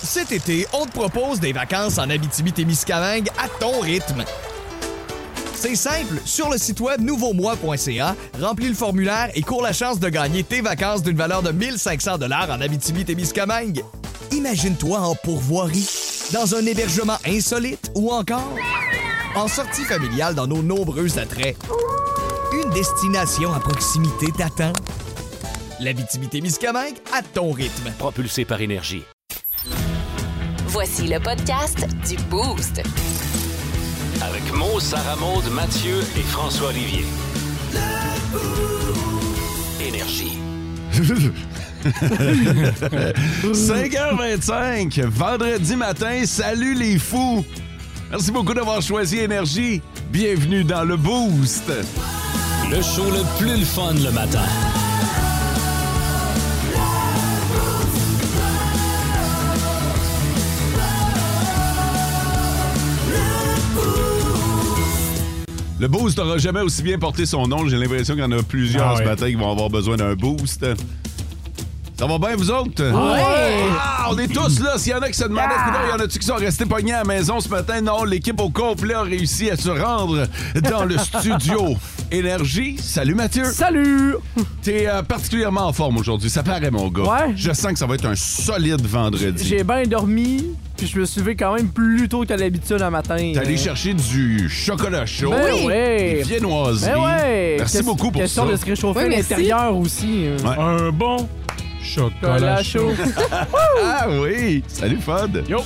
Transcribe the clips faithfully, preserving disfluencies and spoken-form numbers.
Cet été, on te propose des vacances en Abitibi-Témiscamingue à ton rythme. C'est simple, sur le site web nouveau moi point c a, remplis le formulaire et cours la chance de gagner tes vacances d'une valeur de mille cinq cents dollars en Abitibi-Témiscamingue. Imagine-toi en pourvoirie, dans un hébergement insolite ou encore en sortie familiale dans nos nombreux attraits. Une destination à proximité t'attend. L'Abitibi-Témiscamingue à ton rythme. Propulsé par Énergie. Voici le podcast du Boost. Avec Mo, Sarah Maud, Mathieu et François Olivier. Énergie. cinq heures vingt-cinq, vendredi matin. Salut les fous! Merci beaucoup d'avoir choisi Énergie. Bienvenue dans le Boost. Le show le plus le fun le matin. Le Boost n'aura jamais aussi bien porté son nom. J'ai l'impression qu'il y en a plusieurs Ah ce ouais. matin qui vont avoir besoin d'un boost. Ça va bien, vous autres? Ouais! Ah, on est tous là. S'il y en a qui se demandaient, il y en a-tu qui sont restés pognés à la maison ce matin? Non, l'équipe au complet a réussi à se rendre dans le studio. Énergie, salut Mathieu. Salut! T'es euh, particulièrement en forme aujourd'hui. Ça paraît, mon gars. Ouais. Je sens que ça va être un solide vendredi. J'ai bien dormi, puis je me suis levé quand même plus tôt qu'à l'habitude un matin. T'es allé chercher du chocolat chaud, Ben des ouais. viennoiseries. Ben ouais! Merci Ques- beaucoup pour question ça. de se réchauffer Ouais, à merci. l'intérieur aussi. euh. Ouais. Un bon chocolat Chocolat chaud. chaud. Ah oui! Salut, Fod. Yo!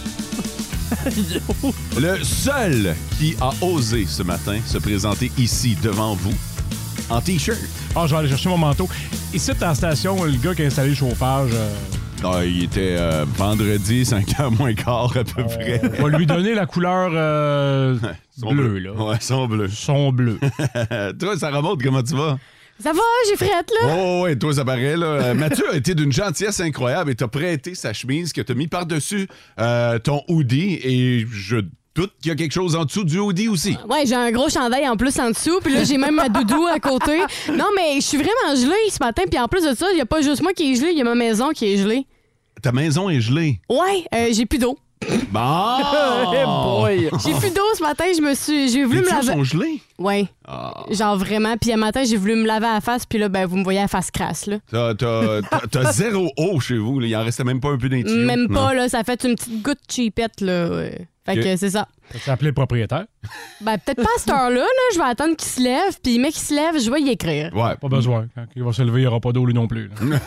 Le seul qui a osé ce matin se présenter ici devant vous en T-shirt. Ah, je vais aller chercher mon manteau. Ici, à la station, le gars qui a installé le chauffage, euh, Ah, il était euh, vendredi, cinq heures moins quart à peu près. on va lui donner la couleur euh, Son bleue, là. Ouais, son bleu. Son bleu. Toi, ça remonte, comment tu vas? Ça va, j'ai frette, là? Oh, ouais, toi, ça paraît, là. Euh, Mathieu a été d'une gentillesse incroyable et t'a prêté sa chemise que t'as mis par-dessus euh, ton hoodie et je doute qu'il y a quelque chose en dessous du hoodie aussi. Ouais, j'ai un gros chandail en plus en dessous, puis là, j'ai même ma doudou à côté. Non, mais je suis vraiment gelée ce matin, puis en plus de ça, il n'y a pas juste moi qui est gelée, il y a ma maison qui est gelée. Ta maison est gelée. Ouais, euh, j'ai plus d'eau. Bon! Hey boy! J'ai plus d'eau ce matin, je me suis. J'ai voulu Les me tuyaux laver. sont gelés? Ouais. Genre vraiment. Puis un matin, j'ai voulu me laver à la face, puis là, ben, vous me voyez à la face crasse, là. T'as, t'as, t'as- t'as zéro eau chez vous. Là. Il en restait même pas un peu dans les tuyaux. Même pas, Non. là. Ça fait une petite goutte cheapette, là. ouais. Fait Ok. que c'est ça. T'as appelé le propriétaire? Ben, peut-être pas à cette heure-là, là. Je vais attendre qu'il se lève, puis le mec qui se lève, je vais y écrire. Ouais. Pas besoin. Quand il va se lever, il n'y aura pas d'eau, lui non plus. là.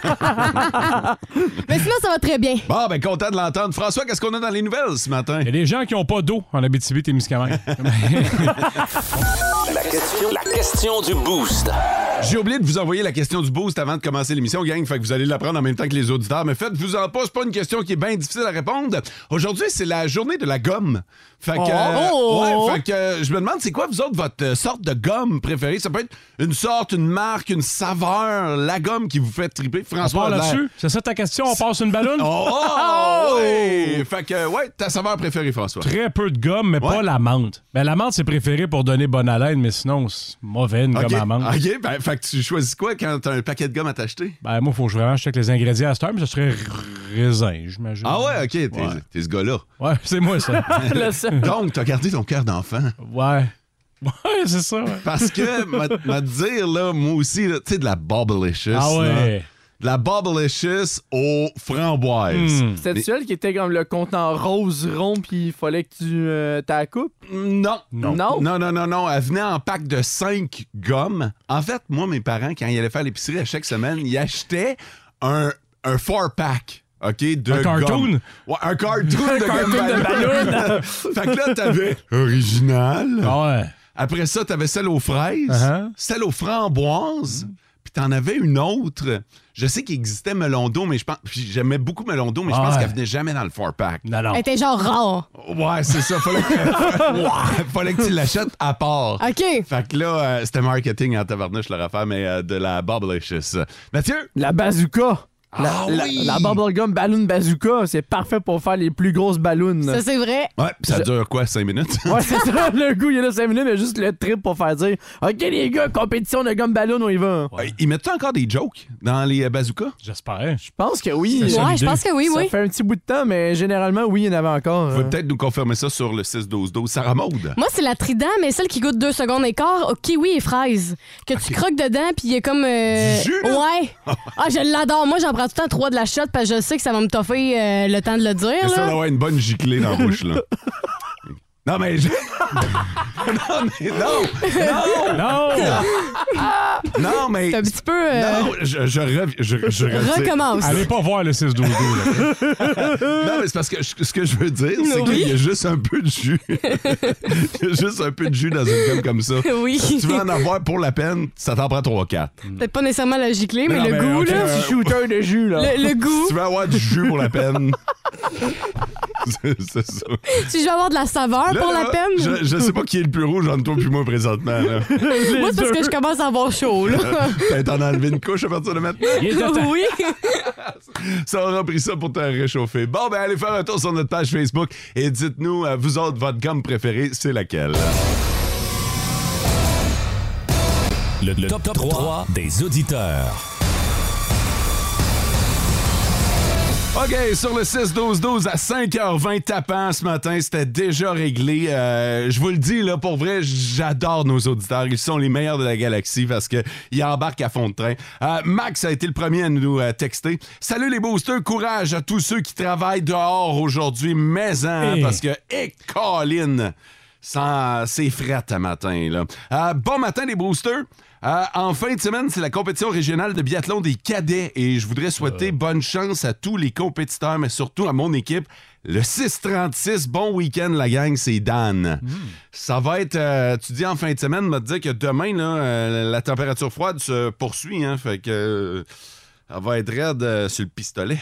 Mais sinon, ça va très bien. Bon, ben content de l'entendre. François, qu'est-ce qu'on a dans les nouvelles ce matin? Il y a des gens qui n'ont pas d'eau en Abitibi-Témiscamingue. La question, la question du Boost. J'ai oublié de vous envoyer la question du boost avant de commencer l'émission, gang. Fait que vous allez l'apprendre en même temps que les auditeurs. Mais faites-vous en pas, c'est pas une question qui est bien difficile à répondre. Aujourd'hui, c'est la journée de la gomme. Fait que, euh, Oh! ouais, fait que euh, je me demande, c'est quoi, vous autres, votre euh, sorte de gomme préférée? Ça peut être une sorte, une marque, une saveur, la gomme qui vous fait triper. On François, part a l'air- là-dessus? C'est ça ta question? On passe une ballonne? Oh! oh, oui! Fait que, ouais, ta saveur préférée, François. Très peu de gomme, mais Ouais. pas la menthe. Ben, la menthe, c'est préféré pour donner bonne haleine, mais sinon, c'est mauvais, une OK, gomme à menthe. OK, ben, fait que tu choisis quoi quand t'as un paquet de gomme à t'acheter? Ben, moi, il faut que je vraiment check les ingrédients à cette heure, mais ce serait r- raisin, j'imagine. Ah ouais, OK, t'es, Ouais. t'es ce gars-là. Ouais, c'est moi, ça. Le seul. Donc, t'as gardé ton cœur d'enfant. Ouais. Ouais, c'est ça. ouais. Parce que, m'a m'a dire, là, moi aussi, là, tu sais, de la Bubblicious. Ah ouais. là. De la Bubblicious aux framboises. Hmm. C'était Mais- celle qui était comme le contenant rose rond, puis il fallait que tu euh, t'as la coupe? Non. Non. Non? Non, non, non, non. Elle venait en pack de cinq gommes. En fait, moi, mes parents, quand ils allaient faire l'épicerie à chaque semaine, ils achetaient un, un four-pack. OK, de Un cartoon? gomme. Ouais, un cartoon de cartoon gomme de ballon. Fait que là, t'avais original. Ah ouais. Après ça, t'avais celle aux fraises, Uh-huh. celle aux framboises, puis t'en avais une autre. Je sais qu'il existait melon d'eau, mais je pense, puis j'aimais beaucoup melon d'eau, mais je Ah pense ouais. qu'elle venait jamais dans le four-pack. Non, non. Elle était genre rare. Ouais, c'est ça. Fallait que, ouais, fallait que tu l'achètes à part. OK. Fait que là, euh, c'était marketing en tabarnouche leur affaire, mais euh, de la Bubblicious. Mathieu? La bazooka! La, Ah la, oui! la bubblegum balloon bazooka, c'est parfait pour faire les plus grosses ballons. Ça, c'est vrai. Ouais, pis ça dure quoi, cinq minutes? Ouais, c'est ça. Le goût, il y a là cinq minutes, mais juste le trip pour faire dire OK, les gars, compétition de gomme ballon, on y va. Ouais. Ils mettent encore des jokes dans les euh, bazookas? J'espère. Je pense que oui. C'est ça, Ouais, je l'idée. pense que oui, Ça oui. fait un petit bout de temps, mais généralement, oui, il y en avait encore. Vous pouvez euh. peut-être nous confirmer ça sur le six douze douze. Sarah Maude. Moi, c'est la Trident, mais celle qui goûte deux secondes et quart, au kiwi et fraise. Que tu croques dedans, puis il y a comme. euh, Du jus, là? Ouais. Ah, je l'adore. Moi, j'en prends tout le temps trois de la shot, parce que je sais que ça va me toffer euh, le temps de le dire. C'est ça Là. d'avoir une bonne giclée dans la bouche, là. Non, mais... Je... non, mais non! Non! Non! Non, mais... C'est un petit peu. euh, Non, je, je, rev- je, je retire. recommence. Allez pas voir le six douze douze. Non, mais c'est parce que je- ce que je veux dire, c'est Oui. qu'il y a juste un peu de jus. Il y a juste un peu de jus dans une gomme comme ça. Oui. Si tu veux en avoir pour la peine, ça t'en prend trois quatre. Peut-être pas nécessairement la giclée, mais Non, le mais goût, ok, là. euh, Petit shooter de jus, là. Le, le goût. Si tu veux avoir du jus pour la peine, c'est c'est ça. Si je veux avoir de la saveur Là, pour la là, peine. Je, je sais pas qui est le plus rouge entre toi et moi présentement. Là. Moi, c'est parce que je commence à avoir chaud, là. Peut-être en enlever une couche à partir de maintenant. Il est de temps. Oui. Ça aura pris ça pour te réchauffer. Bon, ben allez faire un tour sur notre page Facebook et dites-nous, euh, vous autres, votre gomme préférée, c'est laquelle? Le, le top, trois des auditeurs. OK, sur le six douze douze à cinq heures vingt tapant ce matin, c'était déjà réglé. Euh, je vous le dis, là, pour vrai, j'adore nos auditeurs. Ils sont les meilleurs de la galaxie parce qu'ils embarquent à fond de train. Euh, Max a été le premier à nous euh, texter. Salut les boosters, courage à tous ceux qui travaillent dehors aujourd'hui, maison, Hey. parce que, hé, Colin, ça, c'est fret à matin, là. Euh, bon matin les boosters. Euh, en fin de semaine, c'est la compétition régionale de biathlon des cadets et je voudrais souhaiter bonne chance à tous les compétiteurs, mais surtout à mon équipe. Le six trente-six, bon week-end la gang, c'est Dan. Ça va être, euh, tu dis en fin de semaine, on va te dire que demain, là, euh, la température froide se poursuit, hein, fait que euh, elle va être raide euh, sur le pistolet.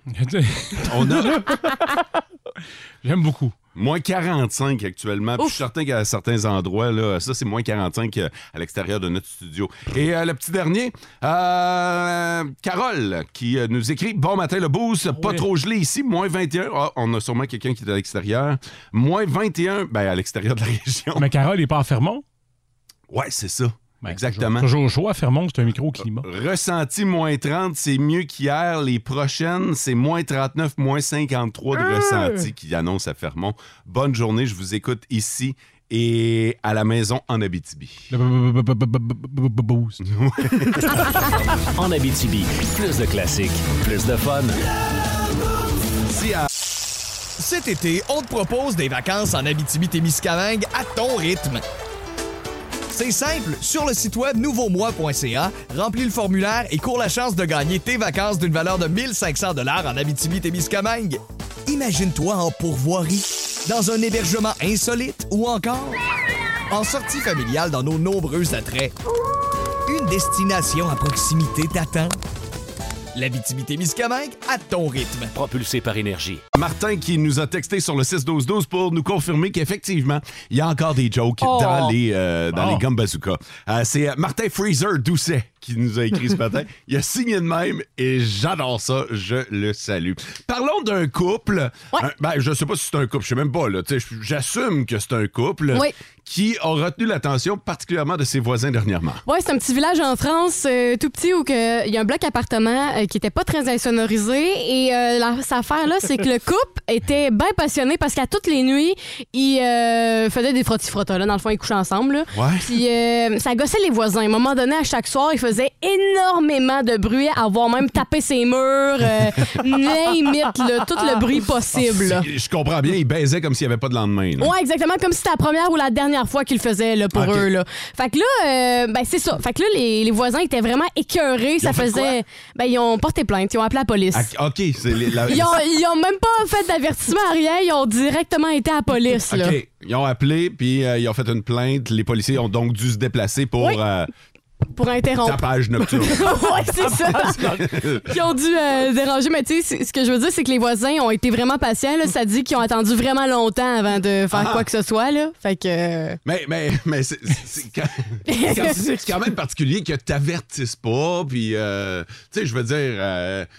On a J'aime beaucoup. moins quarante-cinq actuellement. Puis je suis certain qu'à certains endroits, là, ça, c'est moins quarante-cinq euh, à l'extérieur de notre studio. Et euh, le petit dernier, euh, Carole, qui euh, nous écrit « Bon matin, le boost, pas Oui. trop gelé ici, moins vingt et un. Ah, on a sûrement quelqu'un qui est à l'extérieur. Moins vingt et un, ben à l'extérieur de la région. Mais Carole n'est pas à Fermont? Ouais, c'est ça. Ben, Exactement. Toujours, toujours chaud à Fermont, c'est un microclimat. Ressenti moins trente, c'est mieux qu'hier. Les prochaines, c'est moins trente-neuf, moins cinquante-trois de ressenti qui annonce à Fermont. Bonne journée, je vous écoute ici et à la maison en Abitibi. Le b- b- b- b- b- b- b- boost. En Abitibi, plus de classiques, plus de fun. Si à- Cet été, on te propose des vacances en Abitibi-Témiscamingue à ton rythme. C'est simple, sur le site web nouveau moi point c a, remplis le formulaire et cours la chance de gagner tes vacances d'une valeur de mille cinq cents dollars en Abitibi-Témiscamingue. Imagine-toi en pourvoirie, dans un hébergement insolite ou encore en sortie familiale dans nos nombreux attraits. Une destination à proximité t'attend. L'Abitibi-Témiscamingue à ton rythme. Propulsé par énergie. Martin qui nous a texté sur le six douze douze pour nous confirmer qu'effectivement, il y a encore des jokes Oh. dans les, euh, dans Oh. les gommes bazooka. Euh, c'est euh, Martin Freezer Doucet qui nous a écrit ce matin. Il a signé de même et j'adore ça. Je le salue. Parlons d'un couple. Ouais. Un- ben, je sais pas si c'est un couple. Je sais même pas. Là. Tu sais, j'assume que c'est un couple Oui. qui a retenu l'attention particulièrement de ses voisins dernièrement. Ouais, c'est un petit village en France, euh, tout petit, où que- il y a un bloc appartement euh, qui était pas très insonorisé. Et euh, la, cette affaire-là, c'est que le couple était bien passionné parce qu'à toutes les nuits, ils euh, faisaient des frottis-frottas. Là. Dans le fond, ils couchaient ensemble. Là. Ouais. Puis euh, ça gossait les voisins. À un moment donné, à chaque soir, ils faisaient énormément de bruit, avoir même tapé ses murs, euh, name it, là, tout le bruit possible. là. Je comprends bien, ils baisaient comme s'il n'y avait pas de lendemain. là. Ouais, exactement, comme si c'était la première ou la dernière fois qu'ils le faisaient là, pour Ok. eux. Là. Fait que là, euh, ben c'est ça. Fait que là, les, les voisins étaient vraiment écœurés. Ça ont fait faisait. Ben, ils ont porté plainte, ils ont appelé la police. Ah, OK, c'est les- la- Ils ont, ils ont même pas fait d'avertissement à rien, ils ont directement été à la police. Là. OK. Ils ont appelé, puis euh, ils ont fait une plainte. Les policiers ont donc dû se déplacer pour Oui. euh, Pour interrompre. tapage nocturne. ouais, c'est ça. Ils ont dû euh, déranger. Mais tu sais, c'est- ce que je veux dire, c'est que les voisins ont été vraiment patients. Là. Ça dit qu'ils ont attendu vraiment longtemps avant de faire Ah. quoi que ce soit. Là. Fait que. euh, mais mais, mais c'est, c'est, quand, c'est quand- c'est quand même particulier que tu t'avertisses pas, puis, euh, tu sais, je veux dire... euh,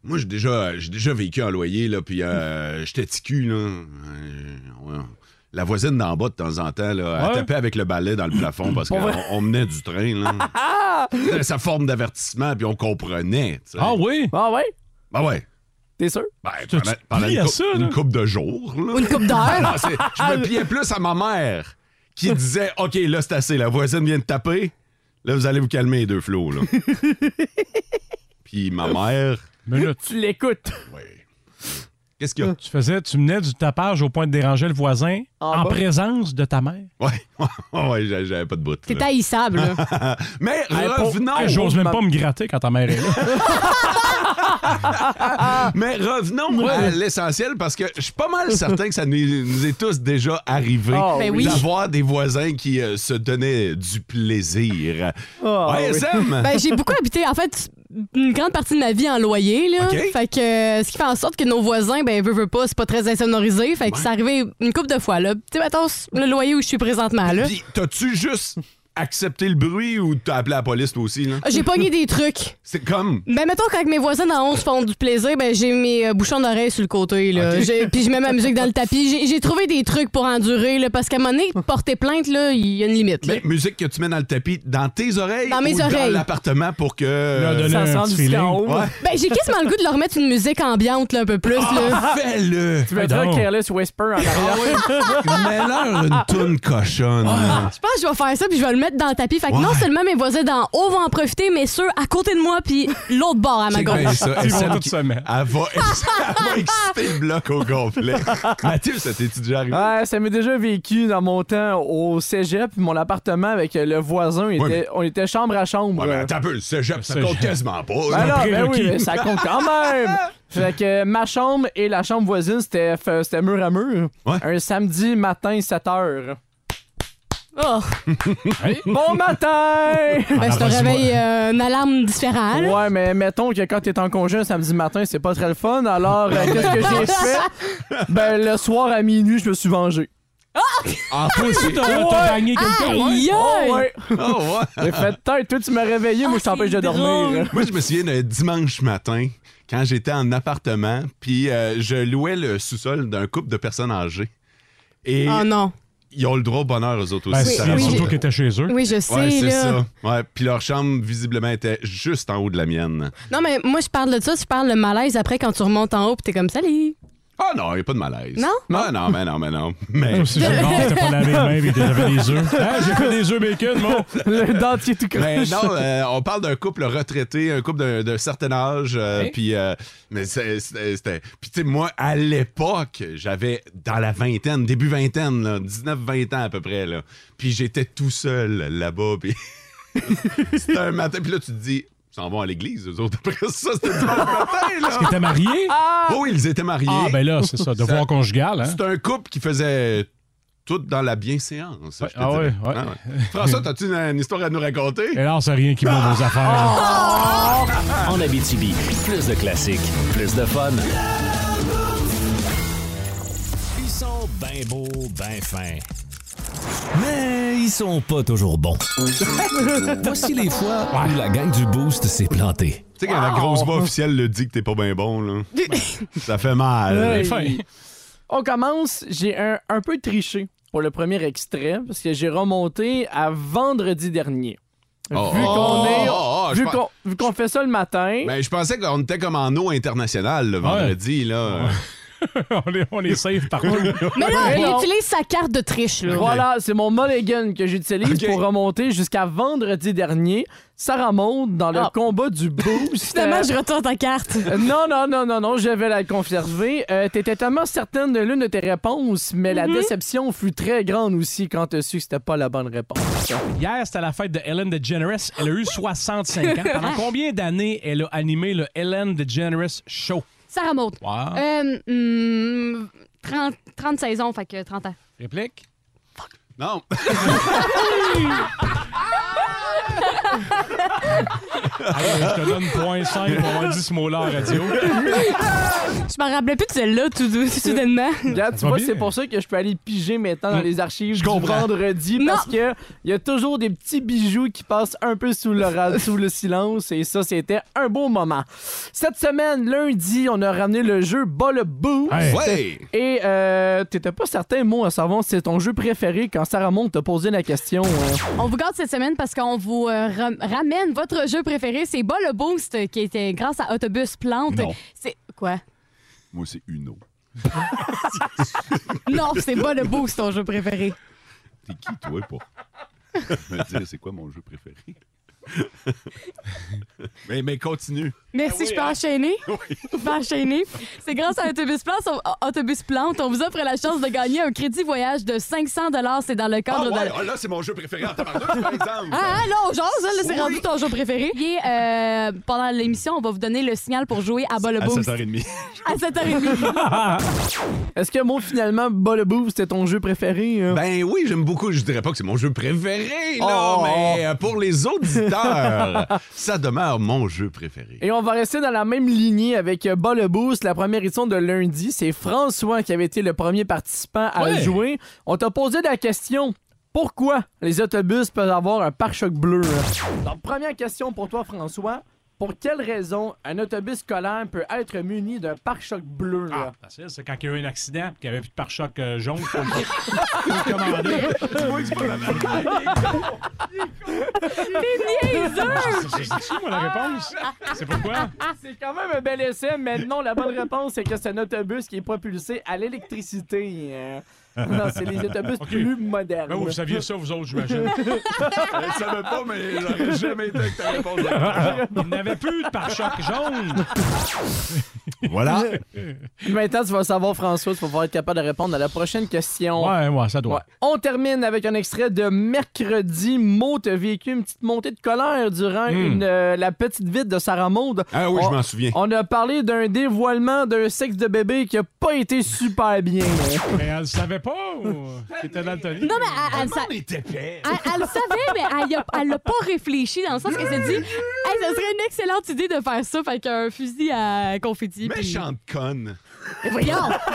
moi, j'ai déjà, j'ai déjà vécu en loyer, là, puis euh, j'étais ticu, là. Euh, ouais. La voisine d'en bas, de temps en temps, là, elle Ouais. tapait avec le balai dans le plafond parce qu'on on menait du train, là. C'était sa forme d'avertissement, puis on comprenait, tu sais. Ah oui? Ah ouais? Ben ouais. T'es sûr? Ben, Tu- pendant, tu te pendant plies une, à couple, ça, là? une couple de jours, là. Ou une coupe d'heure. Non, c'est- je me pliais plus à ma mère qui disait « OK, là, c'est assez. La voisine vient de taper. Là, vous allez vous calmer les deux flots, là. » Puis ma mère... Minute. Tu l'écoutes. Ouais. Qu'est-ce qu'il y a? Tu faisais, tu menais du tapage au point de déranger le voisin En en, bas. présence de ta mère. Ouais, ouais, j'a- j'avais pas de bout. T'es là. haïssable, là. Mais Hey, pour- revenons... Hey, J'ose même ma- pas me gratter quand ta mère est là. Mais revenons à l'essentiel parce que je suis pas mal certain que ça nous, nous est tous déjà arrivé Ah, Ben oui. d'avoir des voisins qui euh, se donnaient du plaisir. Ah, ouais, oui. Sam! Ben, j'ai beaucoup habité, en fait, une grande partie de ma vie en loyer, là. OK. Fait que, euh, ce qui fait en sorte que nos voisins, ben, veulent, veulent pas, c'est pas très insonorisé. Fait que Ouais. c'est arrivé une couple de fois, là. Tu sais, mettons, le loyer où je suis présentement, là. Puis, t'as-tu juste accepté le bruit ou t'as appelé la police toi aussi, là? J'ai pogné des trucs. C'est comme... Ben, mettons, quand mes voisins d'en haut se font du plaisir, ben, j'ai mes euh, bouchons d'oreilles sur le côté, là. OK. J'ai- Puis je mets ma musique dans le tapis. J'ai- J'ai trouvé des trucs pour endurer, là, parce qu'à un moment donné, porter plainte, là, il y a une limite, là. Mais musique que tu mets dans le tapis, dans tes oreilles Dans mes ou dans oreilles. l'appartement pour que... Leur donner Ça un sent petit du feeling. chaos. Ouais. Ben, j'ai quasiment le goût de leur mettre une musique ambiante, là, un peu plus, là. Fais-le! Tu mettras donc. Careless Whisper en arrière. Mets-leur une toune cochonne. Je pense que je vais faire ça, puis je vais le mettre dans le tapis. Fait que non Ouais. seulement mes voisins d'en haut vont en profiter, mais ceux à côté de moi, puis l'autre bord à ma Check bien gauche. ça. Ils vont Elle, tous se mettre. elle va, elle va exciter le bloc au complet. Mathieu, ça t'est-tu déjà arrivé? Ouais, ça m'est déjà vécu dans mon temps au cégep, mon appartement avec le voisin, on était, Ouais, mais- on était chambre à chambre. Ouais, mais attends un peu, le cégep, ça Cégep. compte quasiment pas. Ben là. non, ben oui, prérequis. mais ça compte quand même. Fait que ma chambre et la chambre voisine, c'était f- c'était mur à mur. Ouais. Un samedi matin, sept heures. Oh. Bon matin! Ben, je te vas-y, réveille euh, une alarme différente. Ouais, mais mettons que quand t'es en congé un samedi matin, c'est pas très le fun. Alors, euh, qu'est-ce que j'ai fait? Ben, le soir à minuit, je me suis vengé. En plus, c'est... T'as t'as gagné quelqu'un. ouais? Aïe, Oh, aïe! ouais. Oh, ouais. J'ai fait tête, toi, tu m'as réveillé, moi, je t'empêche de dormir. Moi, je me souviens d'un dimanche matin, quand j'étais en appartement, puis euh, je louais le sous-sol d'un couple de personnes âgées. Et Oh non. ils ont le droit au bonheur, eux autres Ben, aussi. c'est ça oui, raconte. surtout j'ai- qui était chez eux. Oui, je sais, Ouais, c'est là. ça. Ouais, puis leur chambre, visiblement, était juste en haut de la mienne. Non, mais moi, je parle de ça, je parle de malaise après quand tu remontes en haut, puis t'es comme, salut. Ah non, il n'y a pas de malaise. Non? Ah non, mais non, mais non. Mais... Moi aussi, j'ai mort, t'as pas lavé les mains et j'avais des œufs. Hein, j'ai fait des œufs bacon, moi. Le dentier tout Mais croche. non, euh, on parle d'un couple retraité, un couple d'un d'un certain âge, euh, Ouais. puis euh, mais c'est- c'est- c'était, puis tu sais moi à l'époque, j'avais dans la vingtaine, début vingtaine, là, dix-neuf vingt ans à peu près là, puis j'étais tout seul là-bas, puis c'était un matin, puis là tu te dis, ils s'en vont à l'église, eux autres après ça, c'était dans le matin là. Ils étaient mariés? Oh, oui, ils étaient mariés. Ah, ben là, c'est ça, devoir conjugal, hein? C'est un couple qui faisait tout dans la bienséance. je te ah dirais. ouais, ouais. François, as-tu une, une histoire à nous raconter? Et là, c'est rien qui vaut vos affaires. En Abitibi, plus de classiques, plus de fun. Ils sont ben beaux, ben fins. Mais ils sont pas toujours bons. Voici les fois où la gang du Boost s'est plantée. Tu sais, quand la grosse voix officielle le dit que t'es pas bien bon, là, ça fait mal. Hey. fin. On commence, j'ai un, un peu triché pour le premier extrait, parce que j'ai remonté à vendredi dernier. Oh, vu oh, qu'on est, oh, oh, je vu pense- qu'on vu qu'on fait ça le matin, Mais je pensais qu'on était comme en eau internationale le vendredi, là. on, est, on est safe partout. Mais là, Mais il non. utilise sa carte de triche, là. voilà, c'est mon mulligan que j'utilise Ok. pour remonter jusqu'à vendredi dernier. Sarah Maud dans le Ah. combat du Boost. Finalement, je retourne ta carte. Euh, Non, non, non, non, non, je vais la conserver. Euh, T'étais tellement certaine de l'une de tes réponses, mais la déception fut très grande aussi quand tu su que c'était pas la bonne réponse. Hier, c'était la fête de Ellen DeGeneres. Elle a eu soixante-cinq ans. Pendant combien d'années elle a animé le Ellen DeGeneres Show? Sarah Maud. Wow. Euh, hmm, trente, trente saisons, fait que trente ans. Réplique? Non. Allez, je te donne point cinq pour avoir dit ce mot-là en radio. Je me rappelais plus de celle-là tout, tout soudainement. Regarde, tu va vois, bien. c'est pour ça que je peux aller piger maintenant dans les archives Je du comprends. vendredi Non. parce que il y a toujours des petits bijoux qui passent un peu sous le, ra- sous le silence et ça, c'était un beau moment. Cette semaine, lundi, on a ramené le jeu Bas le Boost. Hey. Ouais! Et euh, t'étais pas certain, moi, à savoir si c'est ton jeu préféré quand Sarah Maud t'a posé la question. euh. On vous garde cette semaine parce qu'on vous euh, ram- ramène votre jeu préféré. C'est Bas le Boost euh, qui était grâce à Autobus Plante. Non. C'est quoi? Moi, c'est Uno. Non, c'est Bas le Boost ton jeu préféré. T'es qui, toi, pour me dire c'est quoi mon jeu préféré? mais, mais continue. Merci, je peux enchaîner? Je peux enchaîner. C'est grâce à Autobus Plante, on, Autobus Plante, on vous offre la chance de gagner un crédit voyage de cinq cents dollars. C'est dans le Ah cadre ouais, de... ah, là, c'est mon jeu préféré en tabarnak, par exemple. Ah, ah, là, on jase, là, là, c'est Oui. rendu ton jeu préféré. Et euh, pendant l'émission, on va vous donner le signal pour jouer à Bas le À Boost. sept heures trente. À sept heures trente. Est-ce que, moi, finalement, Bas le Boost, c'était ton jeu préféré? hein? Ben oui, j'aime beaucoup. Je dirais pas que c'est mon jeu préféré, là, Oh. mais euh, pour les auditeurs, ça demeure mon jeu préféré. Et on va rester dans la même lignée avec euh, Bas le Boost. La première édition de lundi, c'est François qui avait été le premier participant à Ouais. jouer. On t'a posé la question, pourquoi les autobus peuvent avoir un pare-choc bleu? Donc, première question pour toi, François. Pour quelle raison un autobus scolaire peut être muni d'un pare-choc bleu? Ah, là? facile, c'est quand il y a eu un accident et qu'il n'y avait plus de pare-choc euh, jaune. Faut le faut le commander. C'est c'est-tu, moi, la réponse? C'est pourquoi? C'est quand même un bel essai, mais non, la bonne réponse, c'est que c'est un autobus qui est propulsé à l'électricité. Euh, Non, c'est les autobus Ok. plus modernes. Ben, vous saviez ça, vous autres, j'imagine. Je ne savais pas, mais j'aurais jamais été avec ta réponse. Il n'avait plus de pare-choc jaune. Voilà. Maintenant, tu vas savoir, François, tu vas pouvoir être capable de répondre à la prochaine question. Ouais, ouais, ça doit. Ouais. On termine avec un extrait de mercredi. Maud a vécu une petite montée de colère durant une, euh, la petite vite de Sarah Maud. Ah oui, on, je m'en souviens. On a parlé d'un dévoilement d'un sexe de bébé qui a pas été super bien. Mais elle le savait pas ou qu'il était daltonien? Non, mais elle, elle, sa- On est épais. elle- elle le savait, mais elle y a- elle l'a pas réfléchi dans le sens qu'elle s'est dit hey, ça serait une excellente idée de faire ça, fait qu'un fusil à confetti. puis- Méchante conne. Mais voyons!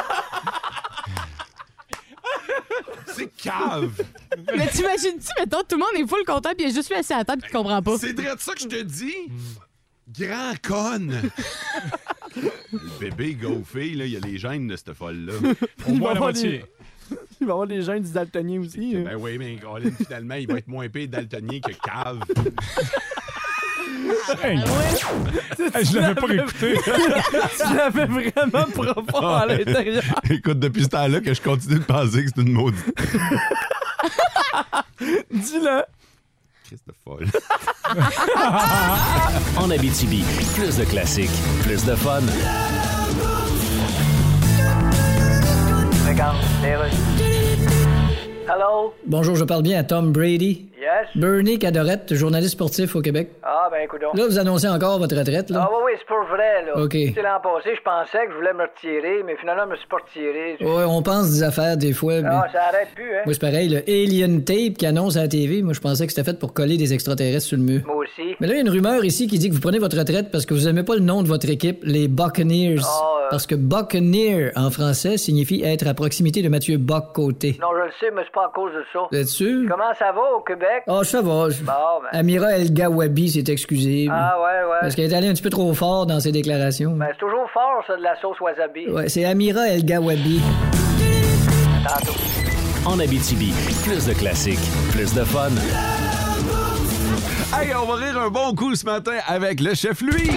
C'est cave. Mais t'imagines-tu, mettons, tout le monde est full content, puis il y a juste lui assis à la table qui comprend pas. C'est de ça que je te dis. Grand conne. Le bébé gaufé, là, il y a les gènes de cette folle-là. On Il va voit la avoir moitié. Il va y avoir des gens du daltonien aussi. hein. Ben oui, mais Colin, finalement, il va être moins pire daltonien que cave. Hey. Hey, je l'avais pas écouté. Tu l'avais vraiment profond à l'intérieur. Écoute, depuis ce temps-là que je continue de penser que c'est une maudite. Dis-le. Christ de folle. En Abitibi, plus de classiques, plus de fun. Hello? Bonjour, je parle bien à Tom Brady. Yes? Bernie Cadorette, journaliste sportif au Québec. Ah, ben, écoute donc. Là, vous annoncez encore votre retraite, là? Ah, oui, oui, c'est pour vrai, là. OK. Tu sais, l'an passé, je pensais que je voulais me retirer, mais finalement, je me suis pas retiré. Ouais, on pense des affaires des fois, mais... Ah, ça arrête plus, hein? Moi, c'est pareil, le Alien Tape qui annonce à la T V, moi, je pensais que c'était fait pour coller des extraterrestres sur le mur. Moi aussi. Mais là, il y a une rumeur ici qui dit que vous prenez votre retraite parce que vous aimez pas le nom de votre équipe, les Buccaneers. Ah, euh. Parce que Buccaneer, en français, signifie être à proximité de Mathieu Bock-Côté. Non, je le sais, mais c'est pas à cause de ça. Vous êtes sûr? Comment ça va au Québec? Ah, ça va. Bon, ben. Amira El Gawabi s'est excusée. Ah, ouais, ouais. Parce qu'elle est allée un petit peu trop fort dans ses déclarations. Ben, c'est toujours fort, ça, de la sauce wasabi. Ouais, c'est Amira El Gawabi. Tantôt. En Abitibi, plus de classiques, plus de fun. Hey, on va rire un bon coup ce matin avec le chef Louis.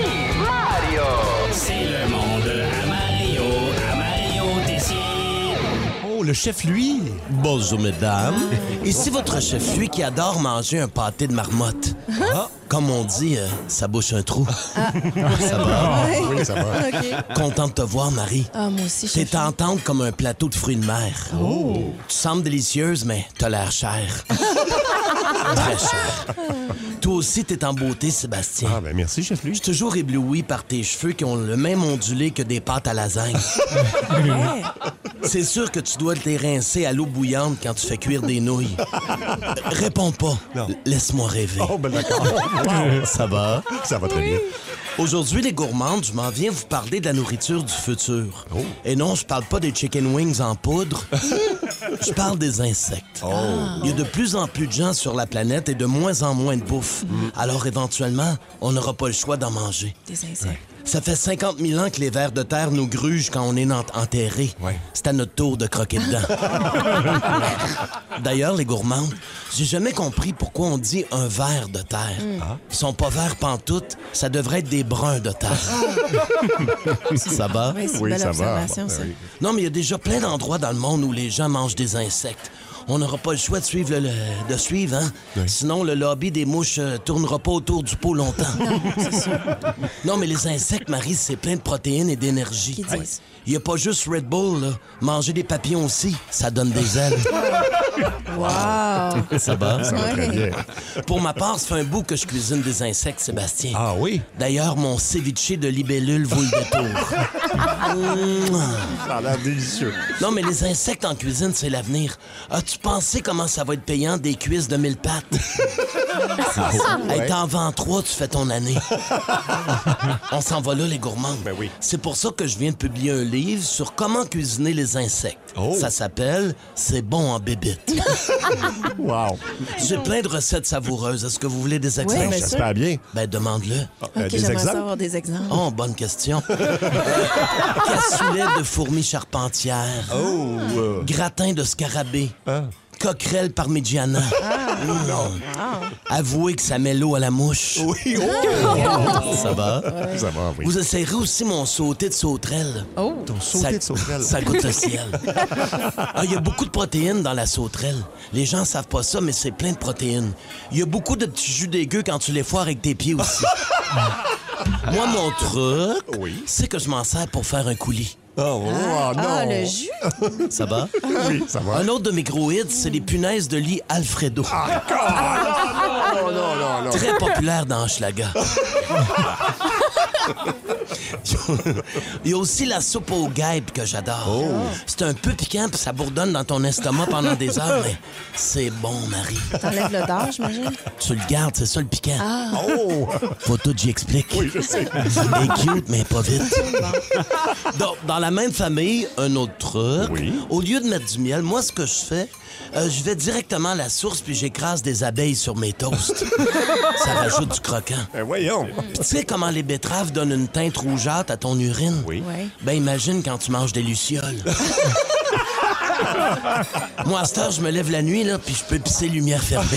C'est le monde à Mario, à Mario Tessier. Oh, le chef Louis. Bonjour, mesdames. Ici votre chef Louis qui adore manger un pâté de marmotte. Ah, comme on dit, euh, ça bouche un trou. Ça va? Oui, ça va. OK. Content de te voir, Marie. Ah, moi aussi, T'es chef. tentante comme un plateau de fruits de mer. Oh. Tu sembles délicieuse, mais t'as l'air cher. Très cher. Toi aussi, t'es en beauté, Sébastien. Ah, ben merci, chef Louis. Je suis toujours ébloui par tes cheveux qui ont le même ondulé que des pâtes à lasagne. C'est sûr que tu dois te les rincer à l'eau bouillante quand tu fais cuire des nouilles. Euh, Réponds pas. Laisse-moi rêver. Oh, ben d'accord. Wow. Ça va? Ça va très bien. Aujourd'hui, les gourmandes, je m'en viens vous parler de la nourriture du futur. Oh. Et non, je parle pas des chicken wings en poudre. Je parle des insectes. Oh. Il y a de plus en plus de gens sur la planète et de moins en moins de bouffe. Mm. Alors, éventuellement, on n'aura pas le choix d'en manger. Des insectes. Ça fait cinquante mille ans que les vers de terre nous grugent quand on est en- enterré. Ouais. C'est à notre tour de croquer dedans. D'ailleurs, les gourmandes, j'ai jamais compris pourquoi on dit un ver de terre. Mm. Ah. Ils sont pas verts pantoute, ça devrait être des bruns de terre. Ça va? Oui, c'est une Oui, belle ça va. observation, Ben ça. oui. Non, mais il y a déjà plein d'endroits dans le monde où les gens mangent des insectes. On n'aura pas le choix de suivre, le, le- de suivre, hein? Oui. Sinon, le lobby des mouches euh, tournera pas autour du pot longtemps. Non, c'est sûr. Non, mais les insectes, Marie, c'est plein de protéines et d'énergie. Qu'ils disent. Il n'y a pas juste Red Bull, là. Manger des papillons aussi, ça donne des ailes. Wow! Ça va? Ça va très bien. Pour ma part, ça fait un bout que je cuisine des insectes, Sébastien. Ah oui? D'ailleurs, mon ceviche de libellule vaut le détour. Ça a l'air délicieux. Non, mais les insectes en cuisine, c'est l'avenir. As-tu pensé comment ça va être payant des cuisses de mille pattes? Hey, Ouais. t'en vends trois, tu fais ton année. On s'en va là, les gourmands. Ben oui. C'est pour ça que je viens de publier un livre sur comment cuisiner les insectes. Oh. Ça s'appelle « C'est bon en bébite ». Wow. J'ai plein de recettes savoureuses. Est-ce que vous voulez des exemples? bien sûr. J'espère bien. Ben, demande-le. Euh, OK, des j'aimerais exemples? savoir des exemples. Oh, bonne question. Cassoulet de fourmis charpentières. Oh. euh, Gratin de scarabée. ah. Coquerelle parmigiana. Mmh. Avouez que ça met l'eau à la mouche. Oui, oh. Ça va? Ça va, oui. Vous essayerez aussi mon sauté de sauterelle. Oh! Ton sauté de sauterelle. Ça goûte le ciel. Ah, il y a beaucoup de protéines dans la sauterelle. Les gens savent pas ça, mais c'est plein de protéines. Il y a beaucoup de petits jus dégueux quand tu les foires avec tes pieds aussi. Moi, mon truc, Oui. c'est que je m'en sers pour faire un coulis. Oh, oh, non. Ah, le jus! Ça va? Oui, ça va. Un autre de mes gros hits, c'est les punaises de lit Alfredo. Non, non, non, non. Très populaire dans Hochelaga. Il y a aussi la soupe aux guêpes que j'adore. C'est un peu piquant puis ça bourdonne dans ton estomac pendant des heures, mais c'est bon, Marie. T'enlèves l'odeur, j'imagine? Tu le gardes, c'est ça le piquant. Oh. Faut tout, j'y explique. Oui, je sais. Elle est cute, mais pas vite. Donc, dans la même famille, un autre truc. Oui. Au lieu de mettre du miel, moi, ce que je fais, euh, je vais directement à la source puis j'écrase des abeilles sur mes toasts. Ça rajoute du croquant. Ben voyons. Puis tu sais comment les betteraves donnent une teinte rougeâtre à ton urine? Oui. Oui. Ben imagine quand tu manges des lucioles. Moi, à cette heure, je me lève la nuit, là, puis je peux pisser lumière fermée.